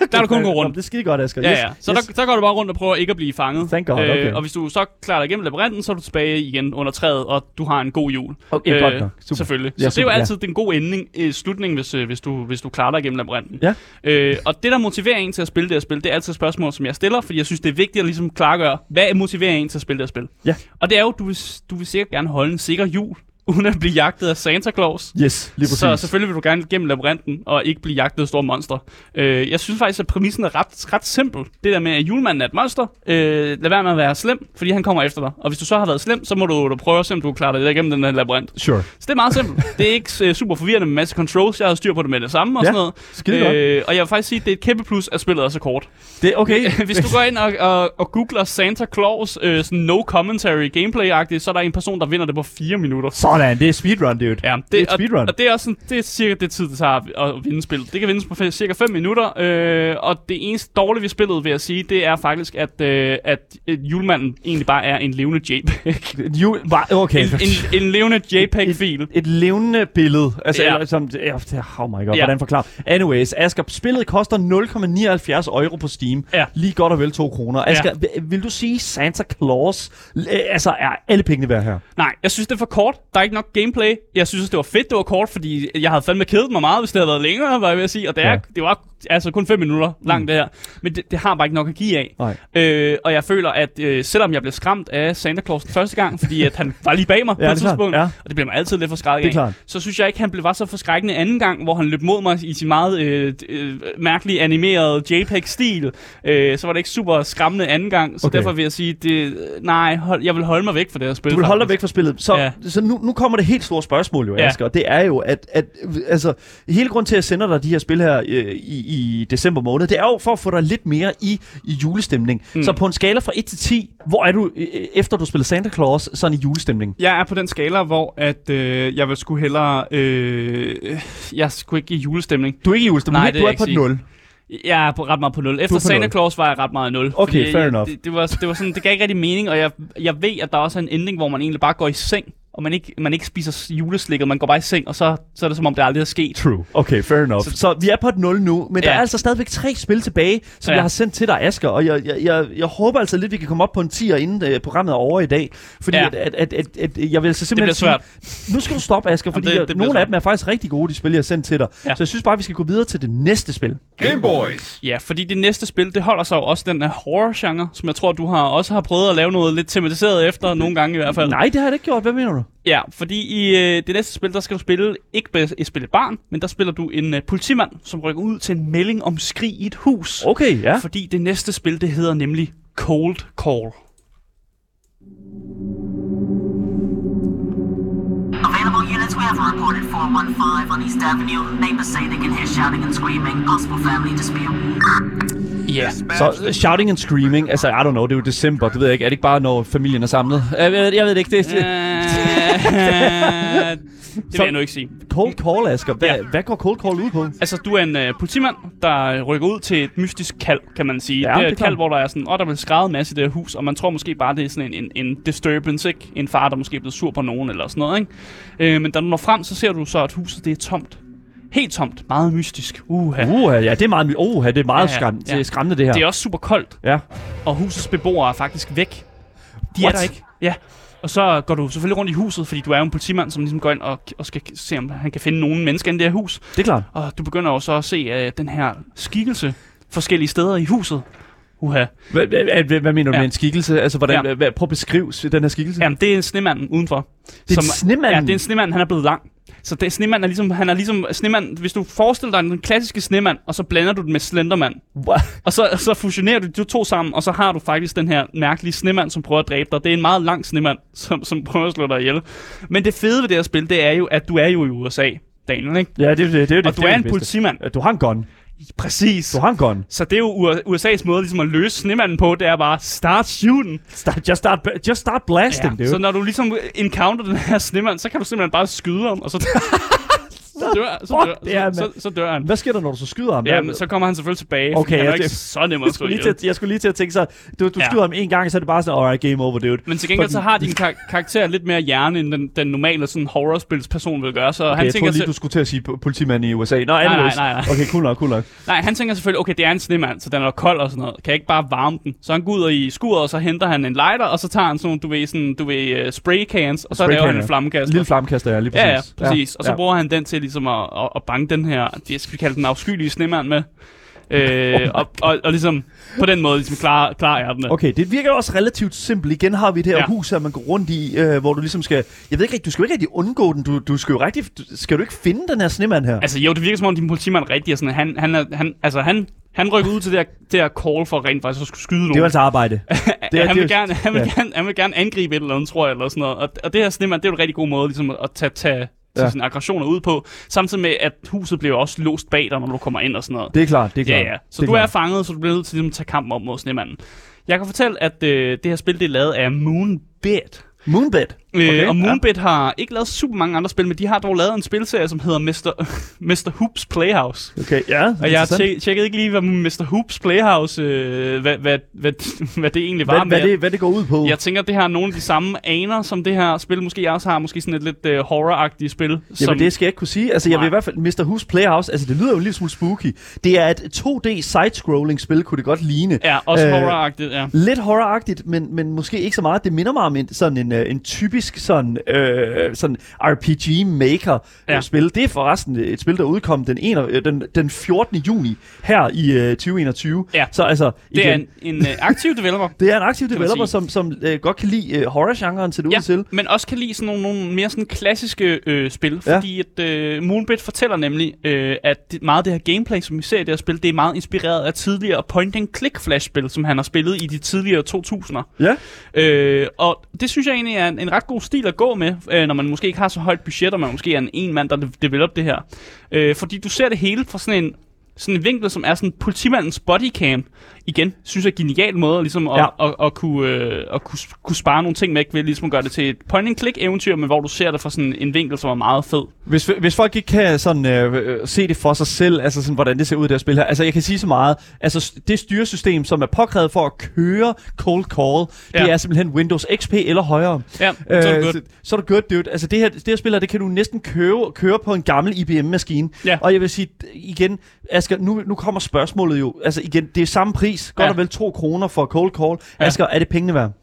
Der er du kun gå rundt. Det er skide godt, Asger. Ja. Så går du bare rundt og prøver ikke at blive fanget. Thank God, okay. Og hvis du så klarer dig igennem labyrinten, så er du tilbage igen under træet, og du har en god jul. Okay, godt nok. Super. Selvfølgelig. Så det er jo altid den gode slutning, hvis du klarer dig igennem labyrinten. Ja. Og det, der motiverer en til at spille det her spil, det er altid et spørgsmål, som jeg stiller, fordi jeg synes, det er vigtigt at ligesom klargøre, hvad motiverer en til at spille det her spil. Ja. Og det er jo, du vil sikkert gerne holde en sikker jul, uden at blive jagtet af Santa Claus. Yes, lige præcis. Så selvfølgelig vil du gerne gennem labyrinten, og ikke blive jagtet af store monstre. Jeg synes faktisk, at præmissen er ret simpel. Det der med, at julemanden er et monster. Lad være med at være slem, fordi han kommer efter dig. Og hvis du så har været slem, så må du prøve at se, om du klarer dig igennem den her labyrint. Sure. Så det er meget simpelt. Det er ikke super forvirrende med masse controls. Jeg har styr på det med det samme og sådan noget. Skide godt. Og jeg vil faktisk sige, at det er et kæmpe plus, at spillet er så kort. Det er okay. Hvis du går ind og googler Santa Claus, sådan no commentary gameplay-agtigt, så er der en person, der vinder det på 4 minutter. Sådan, det er speedrun, dude. Ja, det er speedrun. Og det er også sådan, det er cirka det tid, det tager at vinde spillet. Det kan vindes på cirka 5 minutter, og det eneste dårlige ved spillet, vil jeg sige, det er faktisk, at julemanden egentlig bare er en levende JPEG. Okay. En levende JPEG-fil. Et levende billede. Altså, ja. Oh my god, hvordan forklare? Anyways, Asger, spillet koster 0,79 euro på Steam. Ja. Lige godt og vel 2 kroner. Asger, vil du sige Santa Claus, altså er alle pengene værd her? Nej, jeg synes, det er for kort. Der er ikke nok gameplay. Jeg synes, det var fedt, det var kort, fordi jeg havde fandme kedet mig meget, hvis det havde været længere, var jeg ved at sige. Og det var altså kun 5 minutter langt det her. Men det har bare ikke nok at give af. Og jeg føler, at selvom jeg blev skræmt af Santa Claus den første gang, fordi at han var lige bag mig på et tidspunkt, og det bliver mig altid lidt forskrækket af, så synes jeg ikke, han var så forskrækkende anden gang, hvor han løb mod mig i sin meget mærkelige animerede JPEG-stil. Så var det ikke super skræmmende anden gang, så derfor vil jeg sige, jeg vil holde mig væk fra det her spil. Du vil holde dig væk fra spillet. Så nu kommer det helt store spørgsmål jo, Asger, og det er jo, at altså, hele grunden til, at jeg sender dig de her spil her i december måned, det er jo for at få dig lidt mere i julestemning. Så på en skala fra 1 til 10, hvor er du, efter du spiller Santa Claus, sådan i julestemning? Jeg er på den skala, hvor at, jeg vil sgu hellere... jeg skulle ikke i julestemning. Du er ikke i julestemning? Nej, du er på 0. Jeg er ret meget på 0. Efter Santa Claus var jeg ret meget 0. Okay, fair enough. Det var sådan, det gav ikke rigtig mening, og jeg ved, at der også er en ending, hvor man egentlig bare går i seng, og man ikke spiser juleslikket, man går bare i seng, og så er det som om, det aldrig er sket. True. Okay, fair enough. Så vi er på et 0 nu, men der er altså stadigvæk 3 spil tilbage, som jeg har sendt til dig, Asger, og jeg håber altså lidt, vi kan komme op på en 10'er, inden programmet er over i dag, fordi at jeg vil så simpelthen sige, nu skal du stoppe, Asger, fordi nogle af dem er faktisk rigtig gode, de spil, jeg har sendt til dig. Så jeg synes bare, vi skal gå videre til det næste spil. Game Boys! Ja, fordi det næste spil, det holder sig jo også den her horror-genre, som jeg tror, du også har prøvet at lave noget lidt tematiseret efter, nogle gange i hvert fald. Nej, det har jeg ikke gjort. Hvad mener du? Ja, fordi i det næste spil, der skal du spille ikke spille et barn, men der spiller du en politimand, som rykker ud til en melding om skrig i et hus. Okay, ja. Fordi det næste spil, det hedder nemlig Cold Call. Available units, we have reported 415 on East Avenue. Neighbors say they can hear shouting and screaming. Possible family dispute. Ja. Så shouting and screaming, altså I don't know, det er jo december, det ved jeg ikke. Er det ikke bare, når familien er samlet? Jeg ved det ikke. Det vil jeg nu ikke sige. Cold Call, Asger. Hvad går Cold Call ud på? Altså, du er en politimand, der rykker ud til et mystisk kald, kan man sige. Ja, det er et kald, hvor der er sådan, der vil skræde en masse i det her hus, og man tror måske bare, det er sådan en disturbance, ikke? En far, der måske er blevet sur på nogen, eller sådan noget, ikke? Men da du når frem, så ser du så, at huset det er tomt. Helt tomt. Meget mystisk. Ja, det er meget, skræmmende, det her. Det er også super koldt. Ja. Og husets beboere er faktisk væk. De er der ikke. Ja. Og så går du selvfølgelig rundt i huset, fordi du er jo en politimand, som ligesom går ind og skal se, om han kan finde nogen mennesker i det her hus. Det er klart. Og du begynder jo så at se den her skikkelse forskellige steder i huset. Hvad mener du med en skikkelse? Altså, prøv at beskrive den her skikkelse. Jamen, det er en snemanden udenfor. Det er en snemand? Ja, det er en snemand, han er blevet lang. Så det snemand er ligesom snemand, hvis du forestiller dig den klassiske snemand, og så blander du den med Slenderman. What? Og så fusionerer du de to sammen, og så har du faktisk den her mærkelige snemand, som prøver at dræbe dig. Det er en meget lang snemand, som prøver at slå dig ihjel. Men det fede ved det her spil, det er jo, at du er jo i USA, Daniel, ikke? Ja, det er det. Og du er en politimand. Du har en gun. Præcis. Du har en gun. Så det er jo USA's måde ligesom at løse snemanden på, det er bare start shooting. Just start blasting, dude. Så når du ligesom encounter den her snemand, så kan du simpelthen bare skyde ham, og så så dør han. Hvad sker der, når du så skyder ham? Ja, men så kommer han selvfølgelig tilbage. Okay, han er ikke så nem at slå ihjel. Jeg skulle lige til at tænke så, du skyder ham en gang, så er det bare sådan, alright, game over, dude. Men til gengæld så har din karakter lidt mere hjerne, end den normale sådan horrorspilsperson vil gøre. Så okay, han jeg tænker tror lige, du skulle til at sige politimand i USA. Nej. Okay, cool nok. Nej, han tænker selvfølgelig, okay, det er en snemand, så den er kold og sådan noget. Kan jeg ikke bare varme den? Så han går ud i skuret, og så henter han en lighter, og så tager han sådan, du ved spray cans, og så laver han en flammekaster. Lille flammekaster, ja, lige præcis. Ja, præcis. Og så bruger han den til ligesom at banke den her, det skal vi kalde den afskyelige snemand med. Og ligesom på den måde ligesom klar er den. Okay, det virker også relativt simpelt. Igen har vi det her hus her, man går rundt i, hvor du ligesom skal... Jeg ved ikke, du skal jo ikke rigtig undgå den. Du skal jo rigtig... Skal du ikke finde den her snemand her? Altså jo, det virker som om din politimand rigtig er sådan, han rykker ud til det her call for rent faktisk at skulle skyde nogen. Det er altså arbejde. Han vil gerne angribe et eller andet, tror jeg, eller sådan noget. Og det her snemand, det er jo en rigtig god måde ligesom at tage sine aggressioner ud på, samtidig med, at huset bliver også låst bag dig, når du kommer ind og sådan noget. Det er klart. Ja. Så du er fanget, så du bliver nødt til at tage kampen op mod snemanden. Jeg kan fortælle, at det her spil, det er lavet af Moonbed. Okay, og Moonbed har ikke lavet super mange andre spil, men de har dog lavet en spilserie, som hedder Mr. Hoops Playhouse. Okay, ja. Og jeg tjekkede ikke lige, hvad Mr. Hoops Playhouse, hvad det egentlig var. Hvad det går ud på? Jeg tænker, det har nogle af de samme aner, som det her spil måske også har. Måske sådan et lidt horror-agtigt spil. Jamen det skal jeg ikke kunne sige. Altså jeg vil i hvert fald, Mr. Hoops Playhouse, altså det lyder jo en lille smule spooky. Det er et 2D side-scrolling spil, kunne det godt ligne. Ja, også horror-agtigt, ja. Lidt horror-agtigt, men måske ikke så meget. Det minder mig om sådan en typisk sådan RPG Maker spil. Det er forresten et spil, der udkom den 14. juni her i 2021. Ja. Så altså det er en aktiv developer. Det er en aktiv developer, som godt kan lide horror-genren til det ud til. Men også kan lide sådan nogle mere sådan klassiske spil, fordi at Moonbed fortæller nemlig, at meget af det her gameplay, som vi ser i det her spil, det er meget inspireret af tidligere point-and-click flashspil, som han har spillet i de tidligere 2000'er. Ja. Og det synes jeg egentlig er en ret god stil at gå med, når man måske ikke har så højt budget, og man måske er en mand, der developer det her. Fordi du ser det hele fra sådan en vinkel, som er sådan politimandens bodycam. Igen, synes jeg er en genial måde ligesom at kunne spare nogle ting væk ved ligesom at gøre det til et point-and-click-eventyr, men hvor du ser det fra sådan en vinkel, som er meget fed. Hvis folk ikke kan sådan, se det for sig selv, altså sådan, hvordan det ser ud i det her spil her, altså jeg kan sige så meget, altså det styresystem, som er påkrævet for at køre Cold Call, det er simpelthen Windows XP eller højere. Ja, så er det godt. Så er det godt, dude. Altså det her spil her, det kan du næsten køre på en gammel IBM-maskine. Ja. Og jeg vil sige igen, Asger, nu kommer spørgsmålet jo, altså igen, det er samme pris, godt og vel 2 kroner for Cold Call. Asger, er det pengene værd?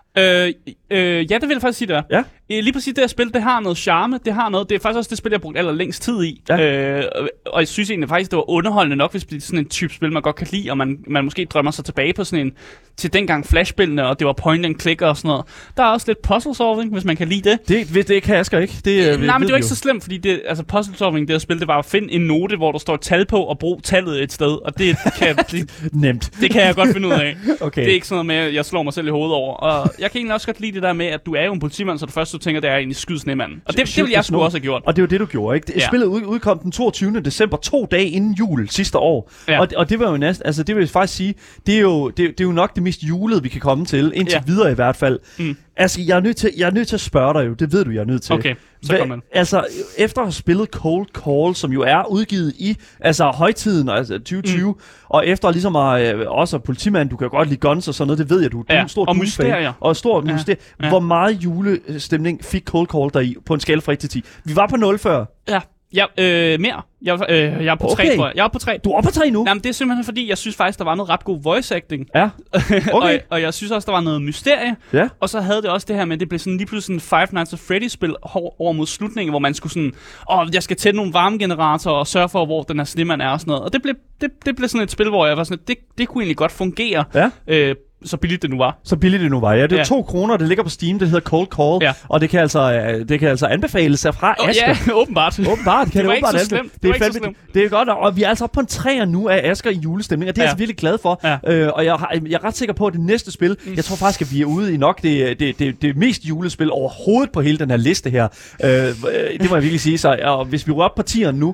Ja, det vil jeg faktisk sige, det er. Ja? Lige præcis det her spil, det har noget charme, det er faktisk også det spil, jeg har brugt allerlængst tid i. Ja. Og jeg synes egentlig faktisk, det var underholdende nok, hvis det er sådan en type spil, man godt kan lide, og man måske drømmer sig tilbage på sådan en, til dengang flashspillene, og det var point and click og sådan noget. Der er også lidt puzzle solving, hvis man kan lide det. Det kan Asger ikke. Nej, men det er jo ikke så slemt, fordi puzzle solving, det her spil, det var at finde en note, hvor der står et tal på, og bruge tallet et sted, og det kan nemt. Det kan jeg godt finde ud af. Okay. Det er ikke sådan noget med, at jeg slår mig selv i hovedet over. Og jeg kan egentlig også godt lide det der med, at du er jo en politimand, så det første du tænker, det er egentlig skyd snemanden. Og det ville jeg sgu også have gjort. Og det er jo det, du gjorde, ikke? Spillet udkom den 22. december, 2 dage inden jul sidste år. Ja. Og det var jo næsten, altså det vil jeg faktisk sige, det er jo nok det mest julede, vi kan komme til, indtil videre i hvert fald. Mm. Altså, jeg er nødt til at spørge dig jo, det ved du, jeg er nødt til. Okay, så kommer man. Altså, efter at have spillet Cold Call, som jo er udgivet i højtiden, altså 2020, og efter ligesom også politimand, du kan godt lide guns og sådan noget, det ved jeg, du er en stor og mysterier. Og stor mysterier. Ja. Hvor meget julestemning fik Cold Call der i på en skala fra 1 til 10? Vi var på 0 før. Ja, mere. Jeg er på 3, tror jeg. Jeg er på 3. Du er på 3 nu? Nej, men det er simpelthen fordi, jeg synes faktisk, der var noget ret god voice acting. Ja, okay. og jeg synes også, der var noget mysterie. Ja. Og så havde det også det her med, at det blev sådan lige pludselig sådan Five Nights at Freddy's-spil over mod slutningen, hvor man skulle sådan, jeg skal tænde nogle varmegeneratorer og sørge for, hvor den her snemand er og sådan noget. Og det blev sådan et spil, hvor jeg var sådan, det kunne egentlig godt fungere. Ja. Så billigt det nu var. Ja, det er 2 kroner, det ligger på Steam, det hedder Cold Call, og det kan altså anbefales fra Asger. Ja, åbenbart. Åbenbart kan det åbenbart anbefales. Det er godt, og vi er altså oppe på en 3'er nu af Asger i julestemning, og det er jeg så virkelig glad for. Ja. Og jeg er ret sikker på, at det næste spil, jeg tror faktisk, at vi er ude i nok det mest julespil overhovedet på hele den her liste her. Det må jeg virkelig sige. Og hvis vi er oppe på 10'eren nu,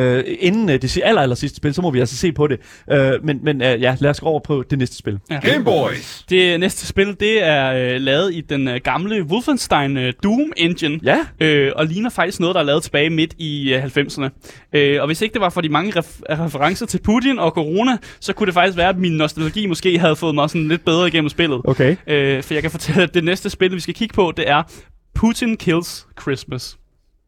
inden det aller sidste spil, så må vi altså se på det. Men lad os gå over på det næste spil. Ja. Game Boys. Boys. Det næste spil, det er lavet i den gamle Wolfenstein Doom Engine. Ja. Og ligner faktisk noget, der er lavet tilbage midt i 90'erne. Og hvis ikke det var for de mange referencer til Putin og corona, så kunne det faktisk være, at min nostalgi måske havde fået mig sådan lidt bedre igennem spillet. Okay. For jeg kan fortælle, at det næste spil, vi skal kigge på, det er Putin Kills Christmas.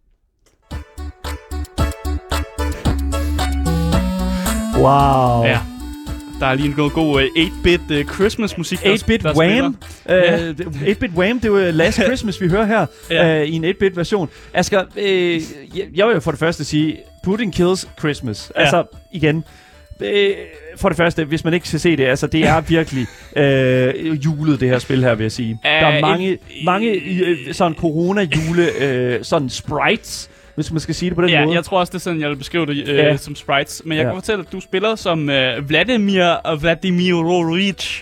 Wow. Ja. Der er lige en god 8-bit Christmas-musik. 8-bit Wham. 8-bit Wham, det er jo Last Christmas, vi hører her i en 8-bit version. Asger, jeg vil jo for det første sige, Putin Kills Christmas. Ja. Altså, igen, for det første, hvis man ikke skal se det, altså det er virkelig julet, det her spil her, vil jeg sige. Der er mange sådan corona-jule sådan sprites, hvis man skal sige det på den måde. Ja, jeg tror også, det er sådan, jeg vil beskrive det som sprites. Men jeg kan fortælle, at du spiller som Vladimir Vladimirovich.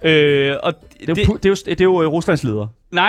Det er jo Ruslands leder.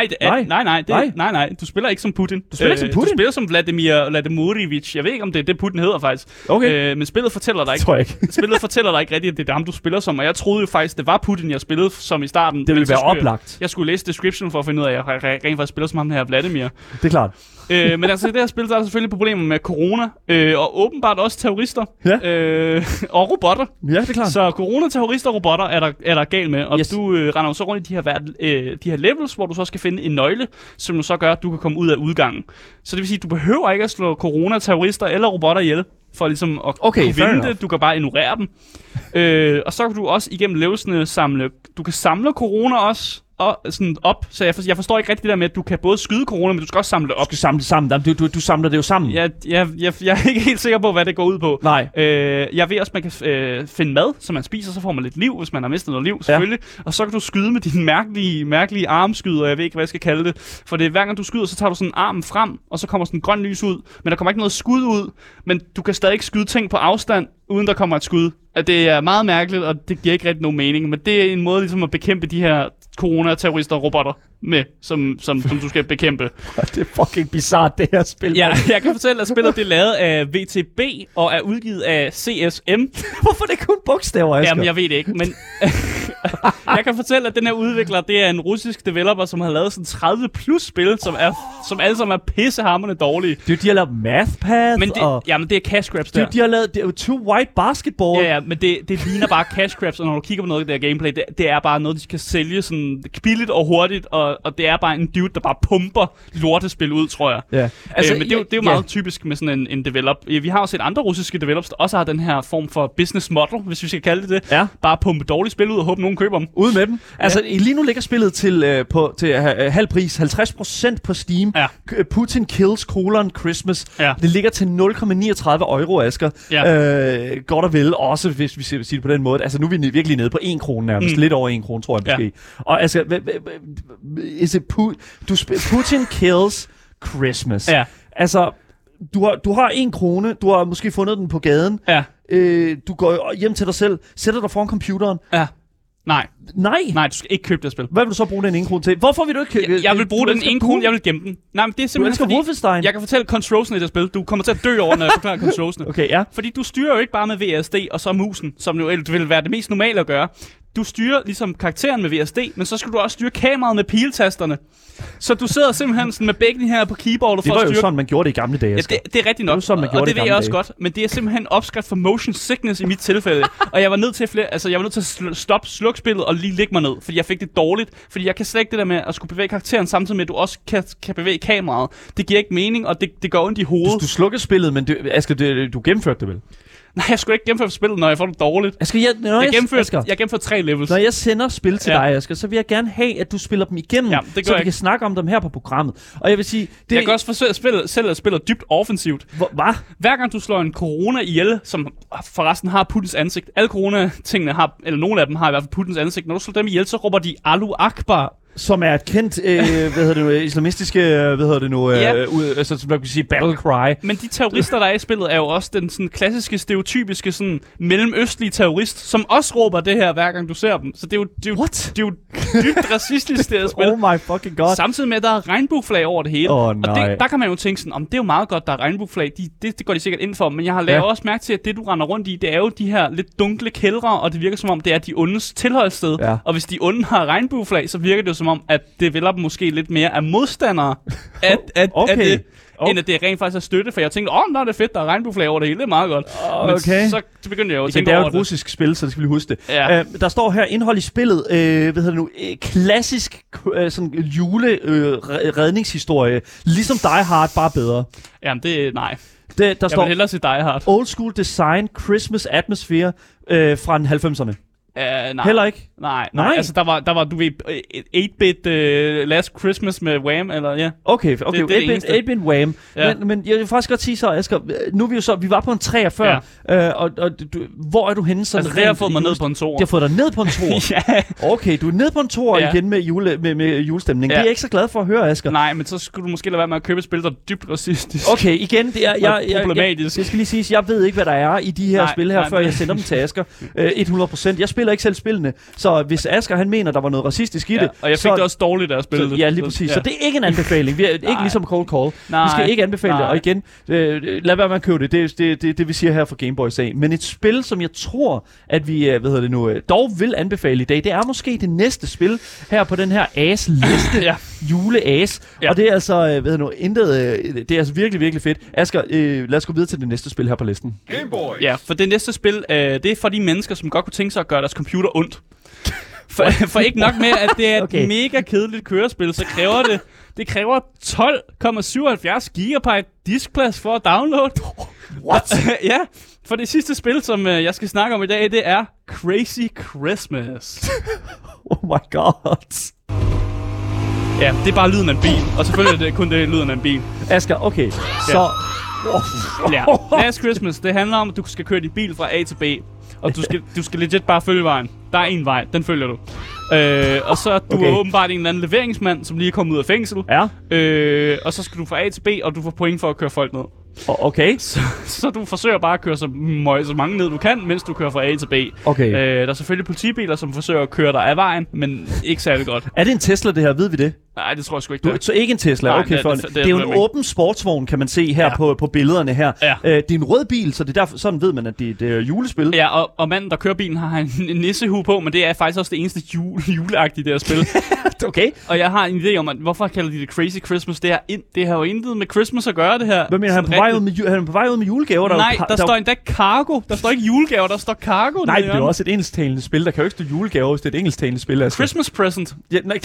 Nej. Du spiller ikke som Putin. Du spiller ikke som Putin? Du spiller som Vladimir Vladimirovich. Jeg ved ikke, om det er det, Putin hedder faktisk. Okay. Men spillet fortæller dig ikke. Tror jeg ikke. Spillet fortæller dig ikke rigtigt, at det er ham, du spiller som. Og jeg troede jo faktisk, det var Putin, jeg spillede som i starten. Det ville være oplagt. Jeg skulle læse description for at finde ud af, at jeg rent faktisk spiller som ham her, Vladimir. Det er klart. Men altså, i det her spil, der er der selvfølgelig problemer med corona. Og åbenbart også terrorister. Ja. Og robotter. Ja, det er klart. Så corona, terrorister og robotter er der galt med. Og du render jo så rundt i de her levels, hvor du så skal finde en nøgle, som jo så gør, at du kan komme ud af udgangen. Så det vil sige, at du behøver ikke at slå corona, terrorister eller robotter ihjel, for ligesom at kunne vinde det. Du kan bare ignorere dem. Og så kan du også igennem levelsene samle... Du kan samle corona også og sådan op, så jeg forstår ikke rigtig det der med, at du kan både skyde corona, men du skal også samle det op. Du skal samle det sammen. Du samler det jo sammen. Jeg er ikke helt sikker på, hvad det går ud på. Nej. Jeg ved også, man kan finde mad, som man spiser, så får man lidt liv, hvis man har mistet noget liv, selvfølgelig. Ja. Og så kan du skyde med dine mærkelige armskyder, jeg ved ikke, hvad jeg skal kalde det. For det er, hver gang du skyder, så tager du sådan en arm frem, og så kommer sådan en grøn lys ud. Men der kommer ikke noget skud ud, men du kan stadig ikke skyde ting på afstand, uden der kommer et skud. At det er meget mærkeligt, og det giver ikke rigtig nogen mening. Men det er en måde ligesom at bekæmpe de her corona-terrorister og robotter med, som du skal bekæmpe. Det er fucking bizarrt, det her spil. Ja, jeg kan fortælle, at spillet det er lavet af VTB og er udgivet af CSM. Hvorfor er det kun bogstaver, Asger? Jamen, jeg ved det ikke, men jeg kan fortælle, at den her udvikler, det er en russisk developer, som har lavet sådan 30 plus spil, som alle sammen er pissehamrende dårlige. De har lavet Math Path, men det er cash grabs der. De har lavet Two White Basketball. Ja, men det ligner bare cash grabs, og når du kigger på noget af det her gameplay, det er bare noget, de kan sælge sådan billigt og hurtigt, og det er bare en dude, der bare pumper lortespil ud, tror jeg. Ja. Altså, men det er jo meget typisk med sådan en develop. Vi har jo set andre russiske developers, der også har den her form for business model, hvis vi skal kalde det. Ja. Bare pumpe dårlige spil ud og håbe, nogen køber dem. Ud med dem. Altså, lige nu ligger spillet til halv pris, 50% på Steam. Ja. Putin Kills Christmas. Ja. Det ligger til 0,39 euro, Asger. Ja. Godt og vel, også hvis vi siger det på den måde. Altså, nu er vi virkelig nede på 1 krone nærmest. Lidt over 1 krone, tror jeg måske. Og altså, Putin Kills Christmas. Ja. Altså, du har 1 krone. Du har måske fundet den på gaden. Ja. Du går hjem til dig selv, sætter dig foran computeren. Ja. Nej, du skal ikke købe det spil. Hvad vil du så bruge den 1 krone til? Hvorfor vil du ikke købe? Jeg vil bruge den 1 krone, jeg vil gemme den. Nej, men det er simpelthen fordi, Wolfenstein. jeg kan fortælle controlsene i det spil. Du kommer til at dø over, når jeg forklarer controlsene. Okay, ja. Fordi du styrer jo ikke bare med VSD og så musen, som jo vil være det mest normale at gøre. Du styrer ligesom karakteren med VSD, men så skal du også styre kameraet med piltasterne. Så du sidder simpelthen sådan med begge her på keyboardet for at styre. Det var jo sådan, man gjorde det i gamle dage. Ja, det er rigtigt nok, og det ved jeg også godt. Men det er simpelthen opskrift for motion sickness i mit tilfælde. Og jeg var nødt til at slukke spillet og lige lægge mig ned, fordi jeg fik det dårligt. Fordi jeg kan slet ikke det der med at skulle bevæge karakteren samtidig med, at du også kan bevæge kameraet. Det giver ikke mening, og det gør ondt i hovedet. Du slukker spillet, men du gennemførte det vel? Nej, jeg skulle ikke gennemføre spillet, når jeg får det dårligt. Jeg gennemførte 3 levels. Når jeg sender spil til dig, Asger, så vil jeg gerne have, at du spiller dem igennem, så vi kan snakke om dem her på programmet. Og jeg vil sige... Jeg kan også forsøge at spille dybt offensivt. Hvad? Hver gang du slår en corona ihjel, som forresten har Putins ansigt, alle corona-tingene har, eller nogle af dem har i hvert fald Putins ansigt, når du slår dem ihjel, så råber de Allahu Akbar. Som er et kendt, islamistiske, som man kan sige, battle cry. Men de terrorister, der er i spillet, er jo også den sådan klassiske, stereotypiske, sådan mellemøstlige terrorist, som også råber det her, hver gang du ser dem. Så det er jo... What? Det er jo dybt racistisk, det her spil. Oh my fucking god. Samtidig med, at der er regnbueflag over det hele. Og der kan man jo tænke sådan, det er jo meget godt, der er regnbueflag. Det går de sikkert ind for. Men jeg har lavet også mærke til, at det, du render rundt i, det er jo de her lidt dunkle kældre, og det virker som om, det er de ondes tilholdssted. Ja. Og hvis de onde har regnbueflag, så virker det jo som om, at det vælger måske lidt mere af modstandere af det. End at det rent faktisk er støtte, for jeg tænkte, der er det fedt, der er regnbueflag over det hele, det er meget godt. Men så begyndte jeg jo at tænke over det. Det er jo et russisk spil, så det skal vi huske det. Ja. Der står her indhold i spillet, klassisk sådan juleredningshistorie, ligesom Die Hard, bare bedre. Jamen nej. Der jeg står vil hellere sige Die Hard. Old school design, Christmas atmosphere fra den 90'erne. Nej. Heller ikke? Nej. Altså, der var du ved, 8-bit Last Christmas med Wham, eller ja. Okay, 8-bit Wham. Ja. Men jeg vil faktisk godt sige så, Asger, nu er vi jo så, vi var på en 3'er før, hvor er du henne? Sådan altså, det har fået mig ned på en 2'er. Det har fået dig ned på en 2'er? Ja. Okay, du er ned på en 2'er igen med julestemning. Ja. Det er jeg ikke så glad for at høre, Asger. Nej, men så skulle du måske lade være med at købe et spil, der er dybt racistisk. Okay, igen, det er problematisk. Jeg skal lige sige, jeg ved ikke, hvad der er i de her spil her, før jeg sender dem til Asger. 100%. Jeg spiller ikke selv spillene, så hvis Asger han mener, der var noget racistisk i det... Og jeg fik det også dårligt af at spille det. Ja, lige præcis. Så det er ikke en anbefaling. Vi er ikke ligesom Cold Call. Vi skal ikke anbefale det. Og igen, lad være med at købe det. Det vi siger her fra Game Boys af. Men et spil, som jeg tror, at vi dog vil anbefale i dag, det er måske det næste spil her på den her as-liste. Jule-as. Ja. Og det er altså, det er altså virkelig, virkelig fedt. Asger, lad os gå videre til det næste spil her på listen. Game Boy. Ja, for det næste spil, det er for de mennesker, som godt kunne tænke sig at gøre deres computer ondt. For ikke nok med, at det er et mega kedeligt kørespil, så kræver det kræver 12,77 gigabyte diskplads for at downloade. What? Ja, for det sidste spil, som jeg skal snakke om i dag, det er Crazy Christmas. Oh my god. Ja, det er bare lyden af en bil, og selvfølgelig er det kun det lyden af en bil. Asger, okay, så... Ja, Last Christmas, det handler om, at du skal køre din bil fra A til B. Og du skal legit bare følge vejen. Der er en vej, den følger du. Og så er du åbenbart en eller anden leveringsmand, som lige er kommet ud af fængsel. Ja. Og så skal du fra A til B, og du får point for at køre folk ned. Okay. Så du forsøger bare at køre så mange ned du kan, mens du kører fra A til B. Okay. Der er selvfølgelig politibiler, som forsøger at køre dig af vejen, men ikke særlig godt. Er det en Tesla, det her? Ved vi det? Nej, det tror jeg sgu ikke. Så ikke en Tesla? Nej, okay, det er jo en åben sportsvogn, kan man se her på billederne her. Ja. Det er en rød bil, så det er derfor, sådan ved man, at det er julespil. Ja, og manden, der kører bilen, har en nissehue på, men det er faktisk også det eneste juleagtige, det her spil. Okay. Og jeg har en idé om, at hvorfor kalder de det Crazy Christmas? Det har jo intet med Christmas at gøre, det her. Hvad mener han? Han er på vej ud med julegaver? Nej, der står endda cargo. Der står ikke julegaver, der står cargo. Nej, det er jo også et engelsktalende spil. Der kan jo ikke stå julegaver, hvis det er et engelsktalende spil. Altså. Christmas present. Ja, nej,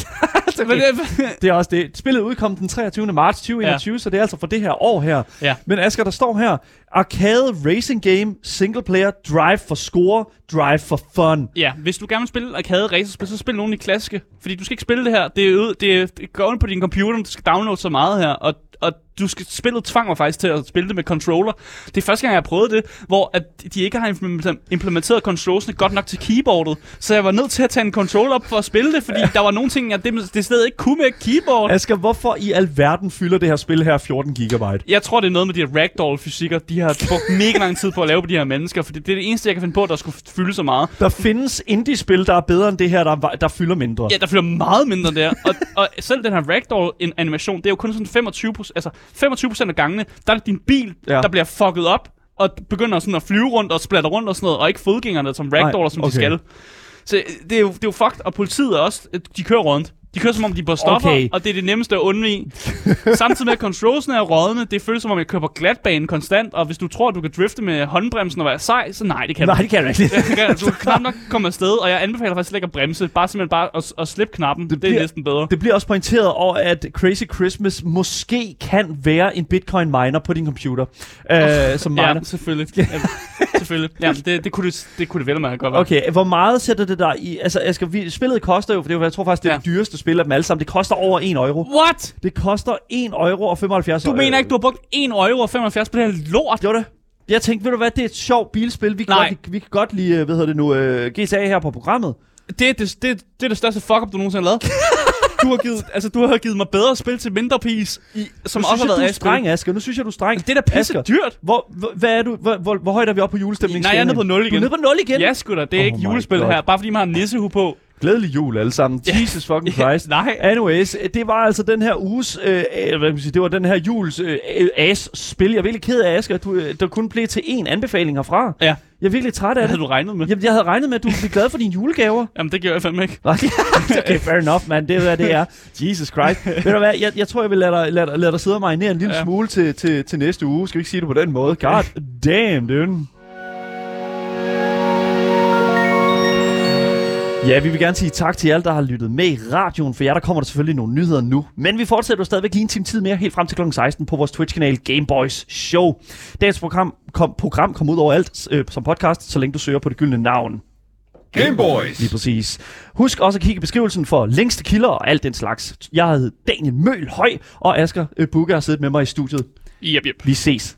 det er også det. Spillet udkom den 23. marts 2021, så det er altså for det her år her. Ja. Men Asger, der står her, arcade racing game, single player, drive for score, drive for fun. Ja, hvis du gerne vil spille arcade racerspil, så spil nogle af de klassiske. Fordi du skal ikke spille det her. Det går ind på din computer, du skal downloade så meget her, og spillet tvang mig faktisk til at spille det med controller. Det er første gang, jeg har prøvet det, hvor at de ikke har implementeret controllersne godt nok til keyboardet. Så jeg var nødt til at tage en controller op for at spille det, fordi der var nogle ting, jeg det sted ikke kunne med keyboard. Asger, hvorfor i alverden fylder det her spil her 14 gigabyte? Jeg tror, det er noget med de her ragdoll-fysikker. De har brugt mega lang tid på at lave på de her mennesker, for det er det eneste, jeg kan finde på, der skulle fylde så meget. Der findes indie-spil, der er bedre end det her, der fylder mindre. Ja, der fylder meget mindre der. Og selv den her ragdoll-animation, det er jo kun sådan 25% af gangene, der er det din bil, der bliver fucket op, og begynder sådan at flyve rundt og splatter rundt og sådan noget, og ikke fodgængerne som ragdoller, som de skal. Så det er jo fucked, og politiet også, de kører rundt. De kører som om de er på stoffer, og det er det nemmeste at undvige. Samtidig med at controlsene er rådne, det føles som om jeg kører på glatbanen konstant, og hvis du tror, du kan drifte med håndbremsen og være sej, så nej, det kan du ikke. Nej, det kan du ikke. Du kan knap nok komme afsted, og jeg anbefaler faktisk ikke at bremse, simpelthen at slippe knappen. Det er næsten bedre. Det bliver også pointeret over, at Crazy Christmas måske kan være en bitcoin miner på din computer. Som miner. Ja, selvfølgelig. Selvfølgelig. Ja, det kunne det vel med at godt være. Okay, hvor meget sætter det der i? Altså, spillet koster jo, for jeg tror faktisk, det er det dyreste spil af dem alle sammen. Det koster over 1 euro. What? Det koster 1 euro og 75 Du mener ikke, du har brugt 1 euro og 75 på det her lort? Jo det. Jeg tænkte, ved du hvad, det er et sjovt bilspil. Vi kan godt lide, GTA her på programmet. Det er det største fuck-up, du nogensinde har lavet. Du har givet mig bedre spil til mindre pris, som også har været streng, Asger. Nu synes jeg, du er streng. Det er da pisse dyrt. Hvad er du? Hvor højt er vi oppe på julestemningen? Nej, jeg er nede på 0 igen. Du er nede på 0 igen? Ja, sgu da. Det er ikke julespil her. Bare fordi man har en nissehue på. Glædelig jul alle sammen. Jesus fucking Christ. Nej. Anyways, det var altså den her uges, det var den her jules As-spil. Jeg er virkelig ked af, Asger, at der kun blev til én anbefaling herfra. Ja. Jeg er virkelig træt af det. Hvad havde du regnet med? Jeg havde regnet med, at du ville blive glad for dine julegaver. Jamen, det gjorde jeg fandme ikke. Okay, fair enough, man. Det er, hvad det er. Jesus Christ. Ved du hvad, jeg tror, jeg vil lade dig sidde og marinere en lille smule til næste uge. Skal vi ikke sige det på den måde? Okay. God damn, dude. Ja, vi vil gerne sige tak til alle, der har lyttet med i radioen. For jer, der kommer der selvfølgelig nogle nyheder nu. Men vi fortsætter jo stadigvæk lige en time tid mere, helt frem til kl. 16 på vores Twitch-kanal Gameboys Show. Dagens program kommer ud overalt som podcast, så længe du søger på det gyldne navn. Gameboys! Lige præcis. Husk også at kigge i beskrivelsen for links til kilder og alt den slags. Jeg hedder Daniel Mølhøj, og Asger Bugge har siddet med mig i studiet. Yep. Vi ses.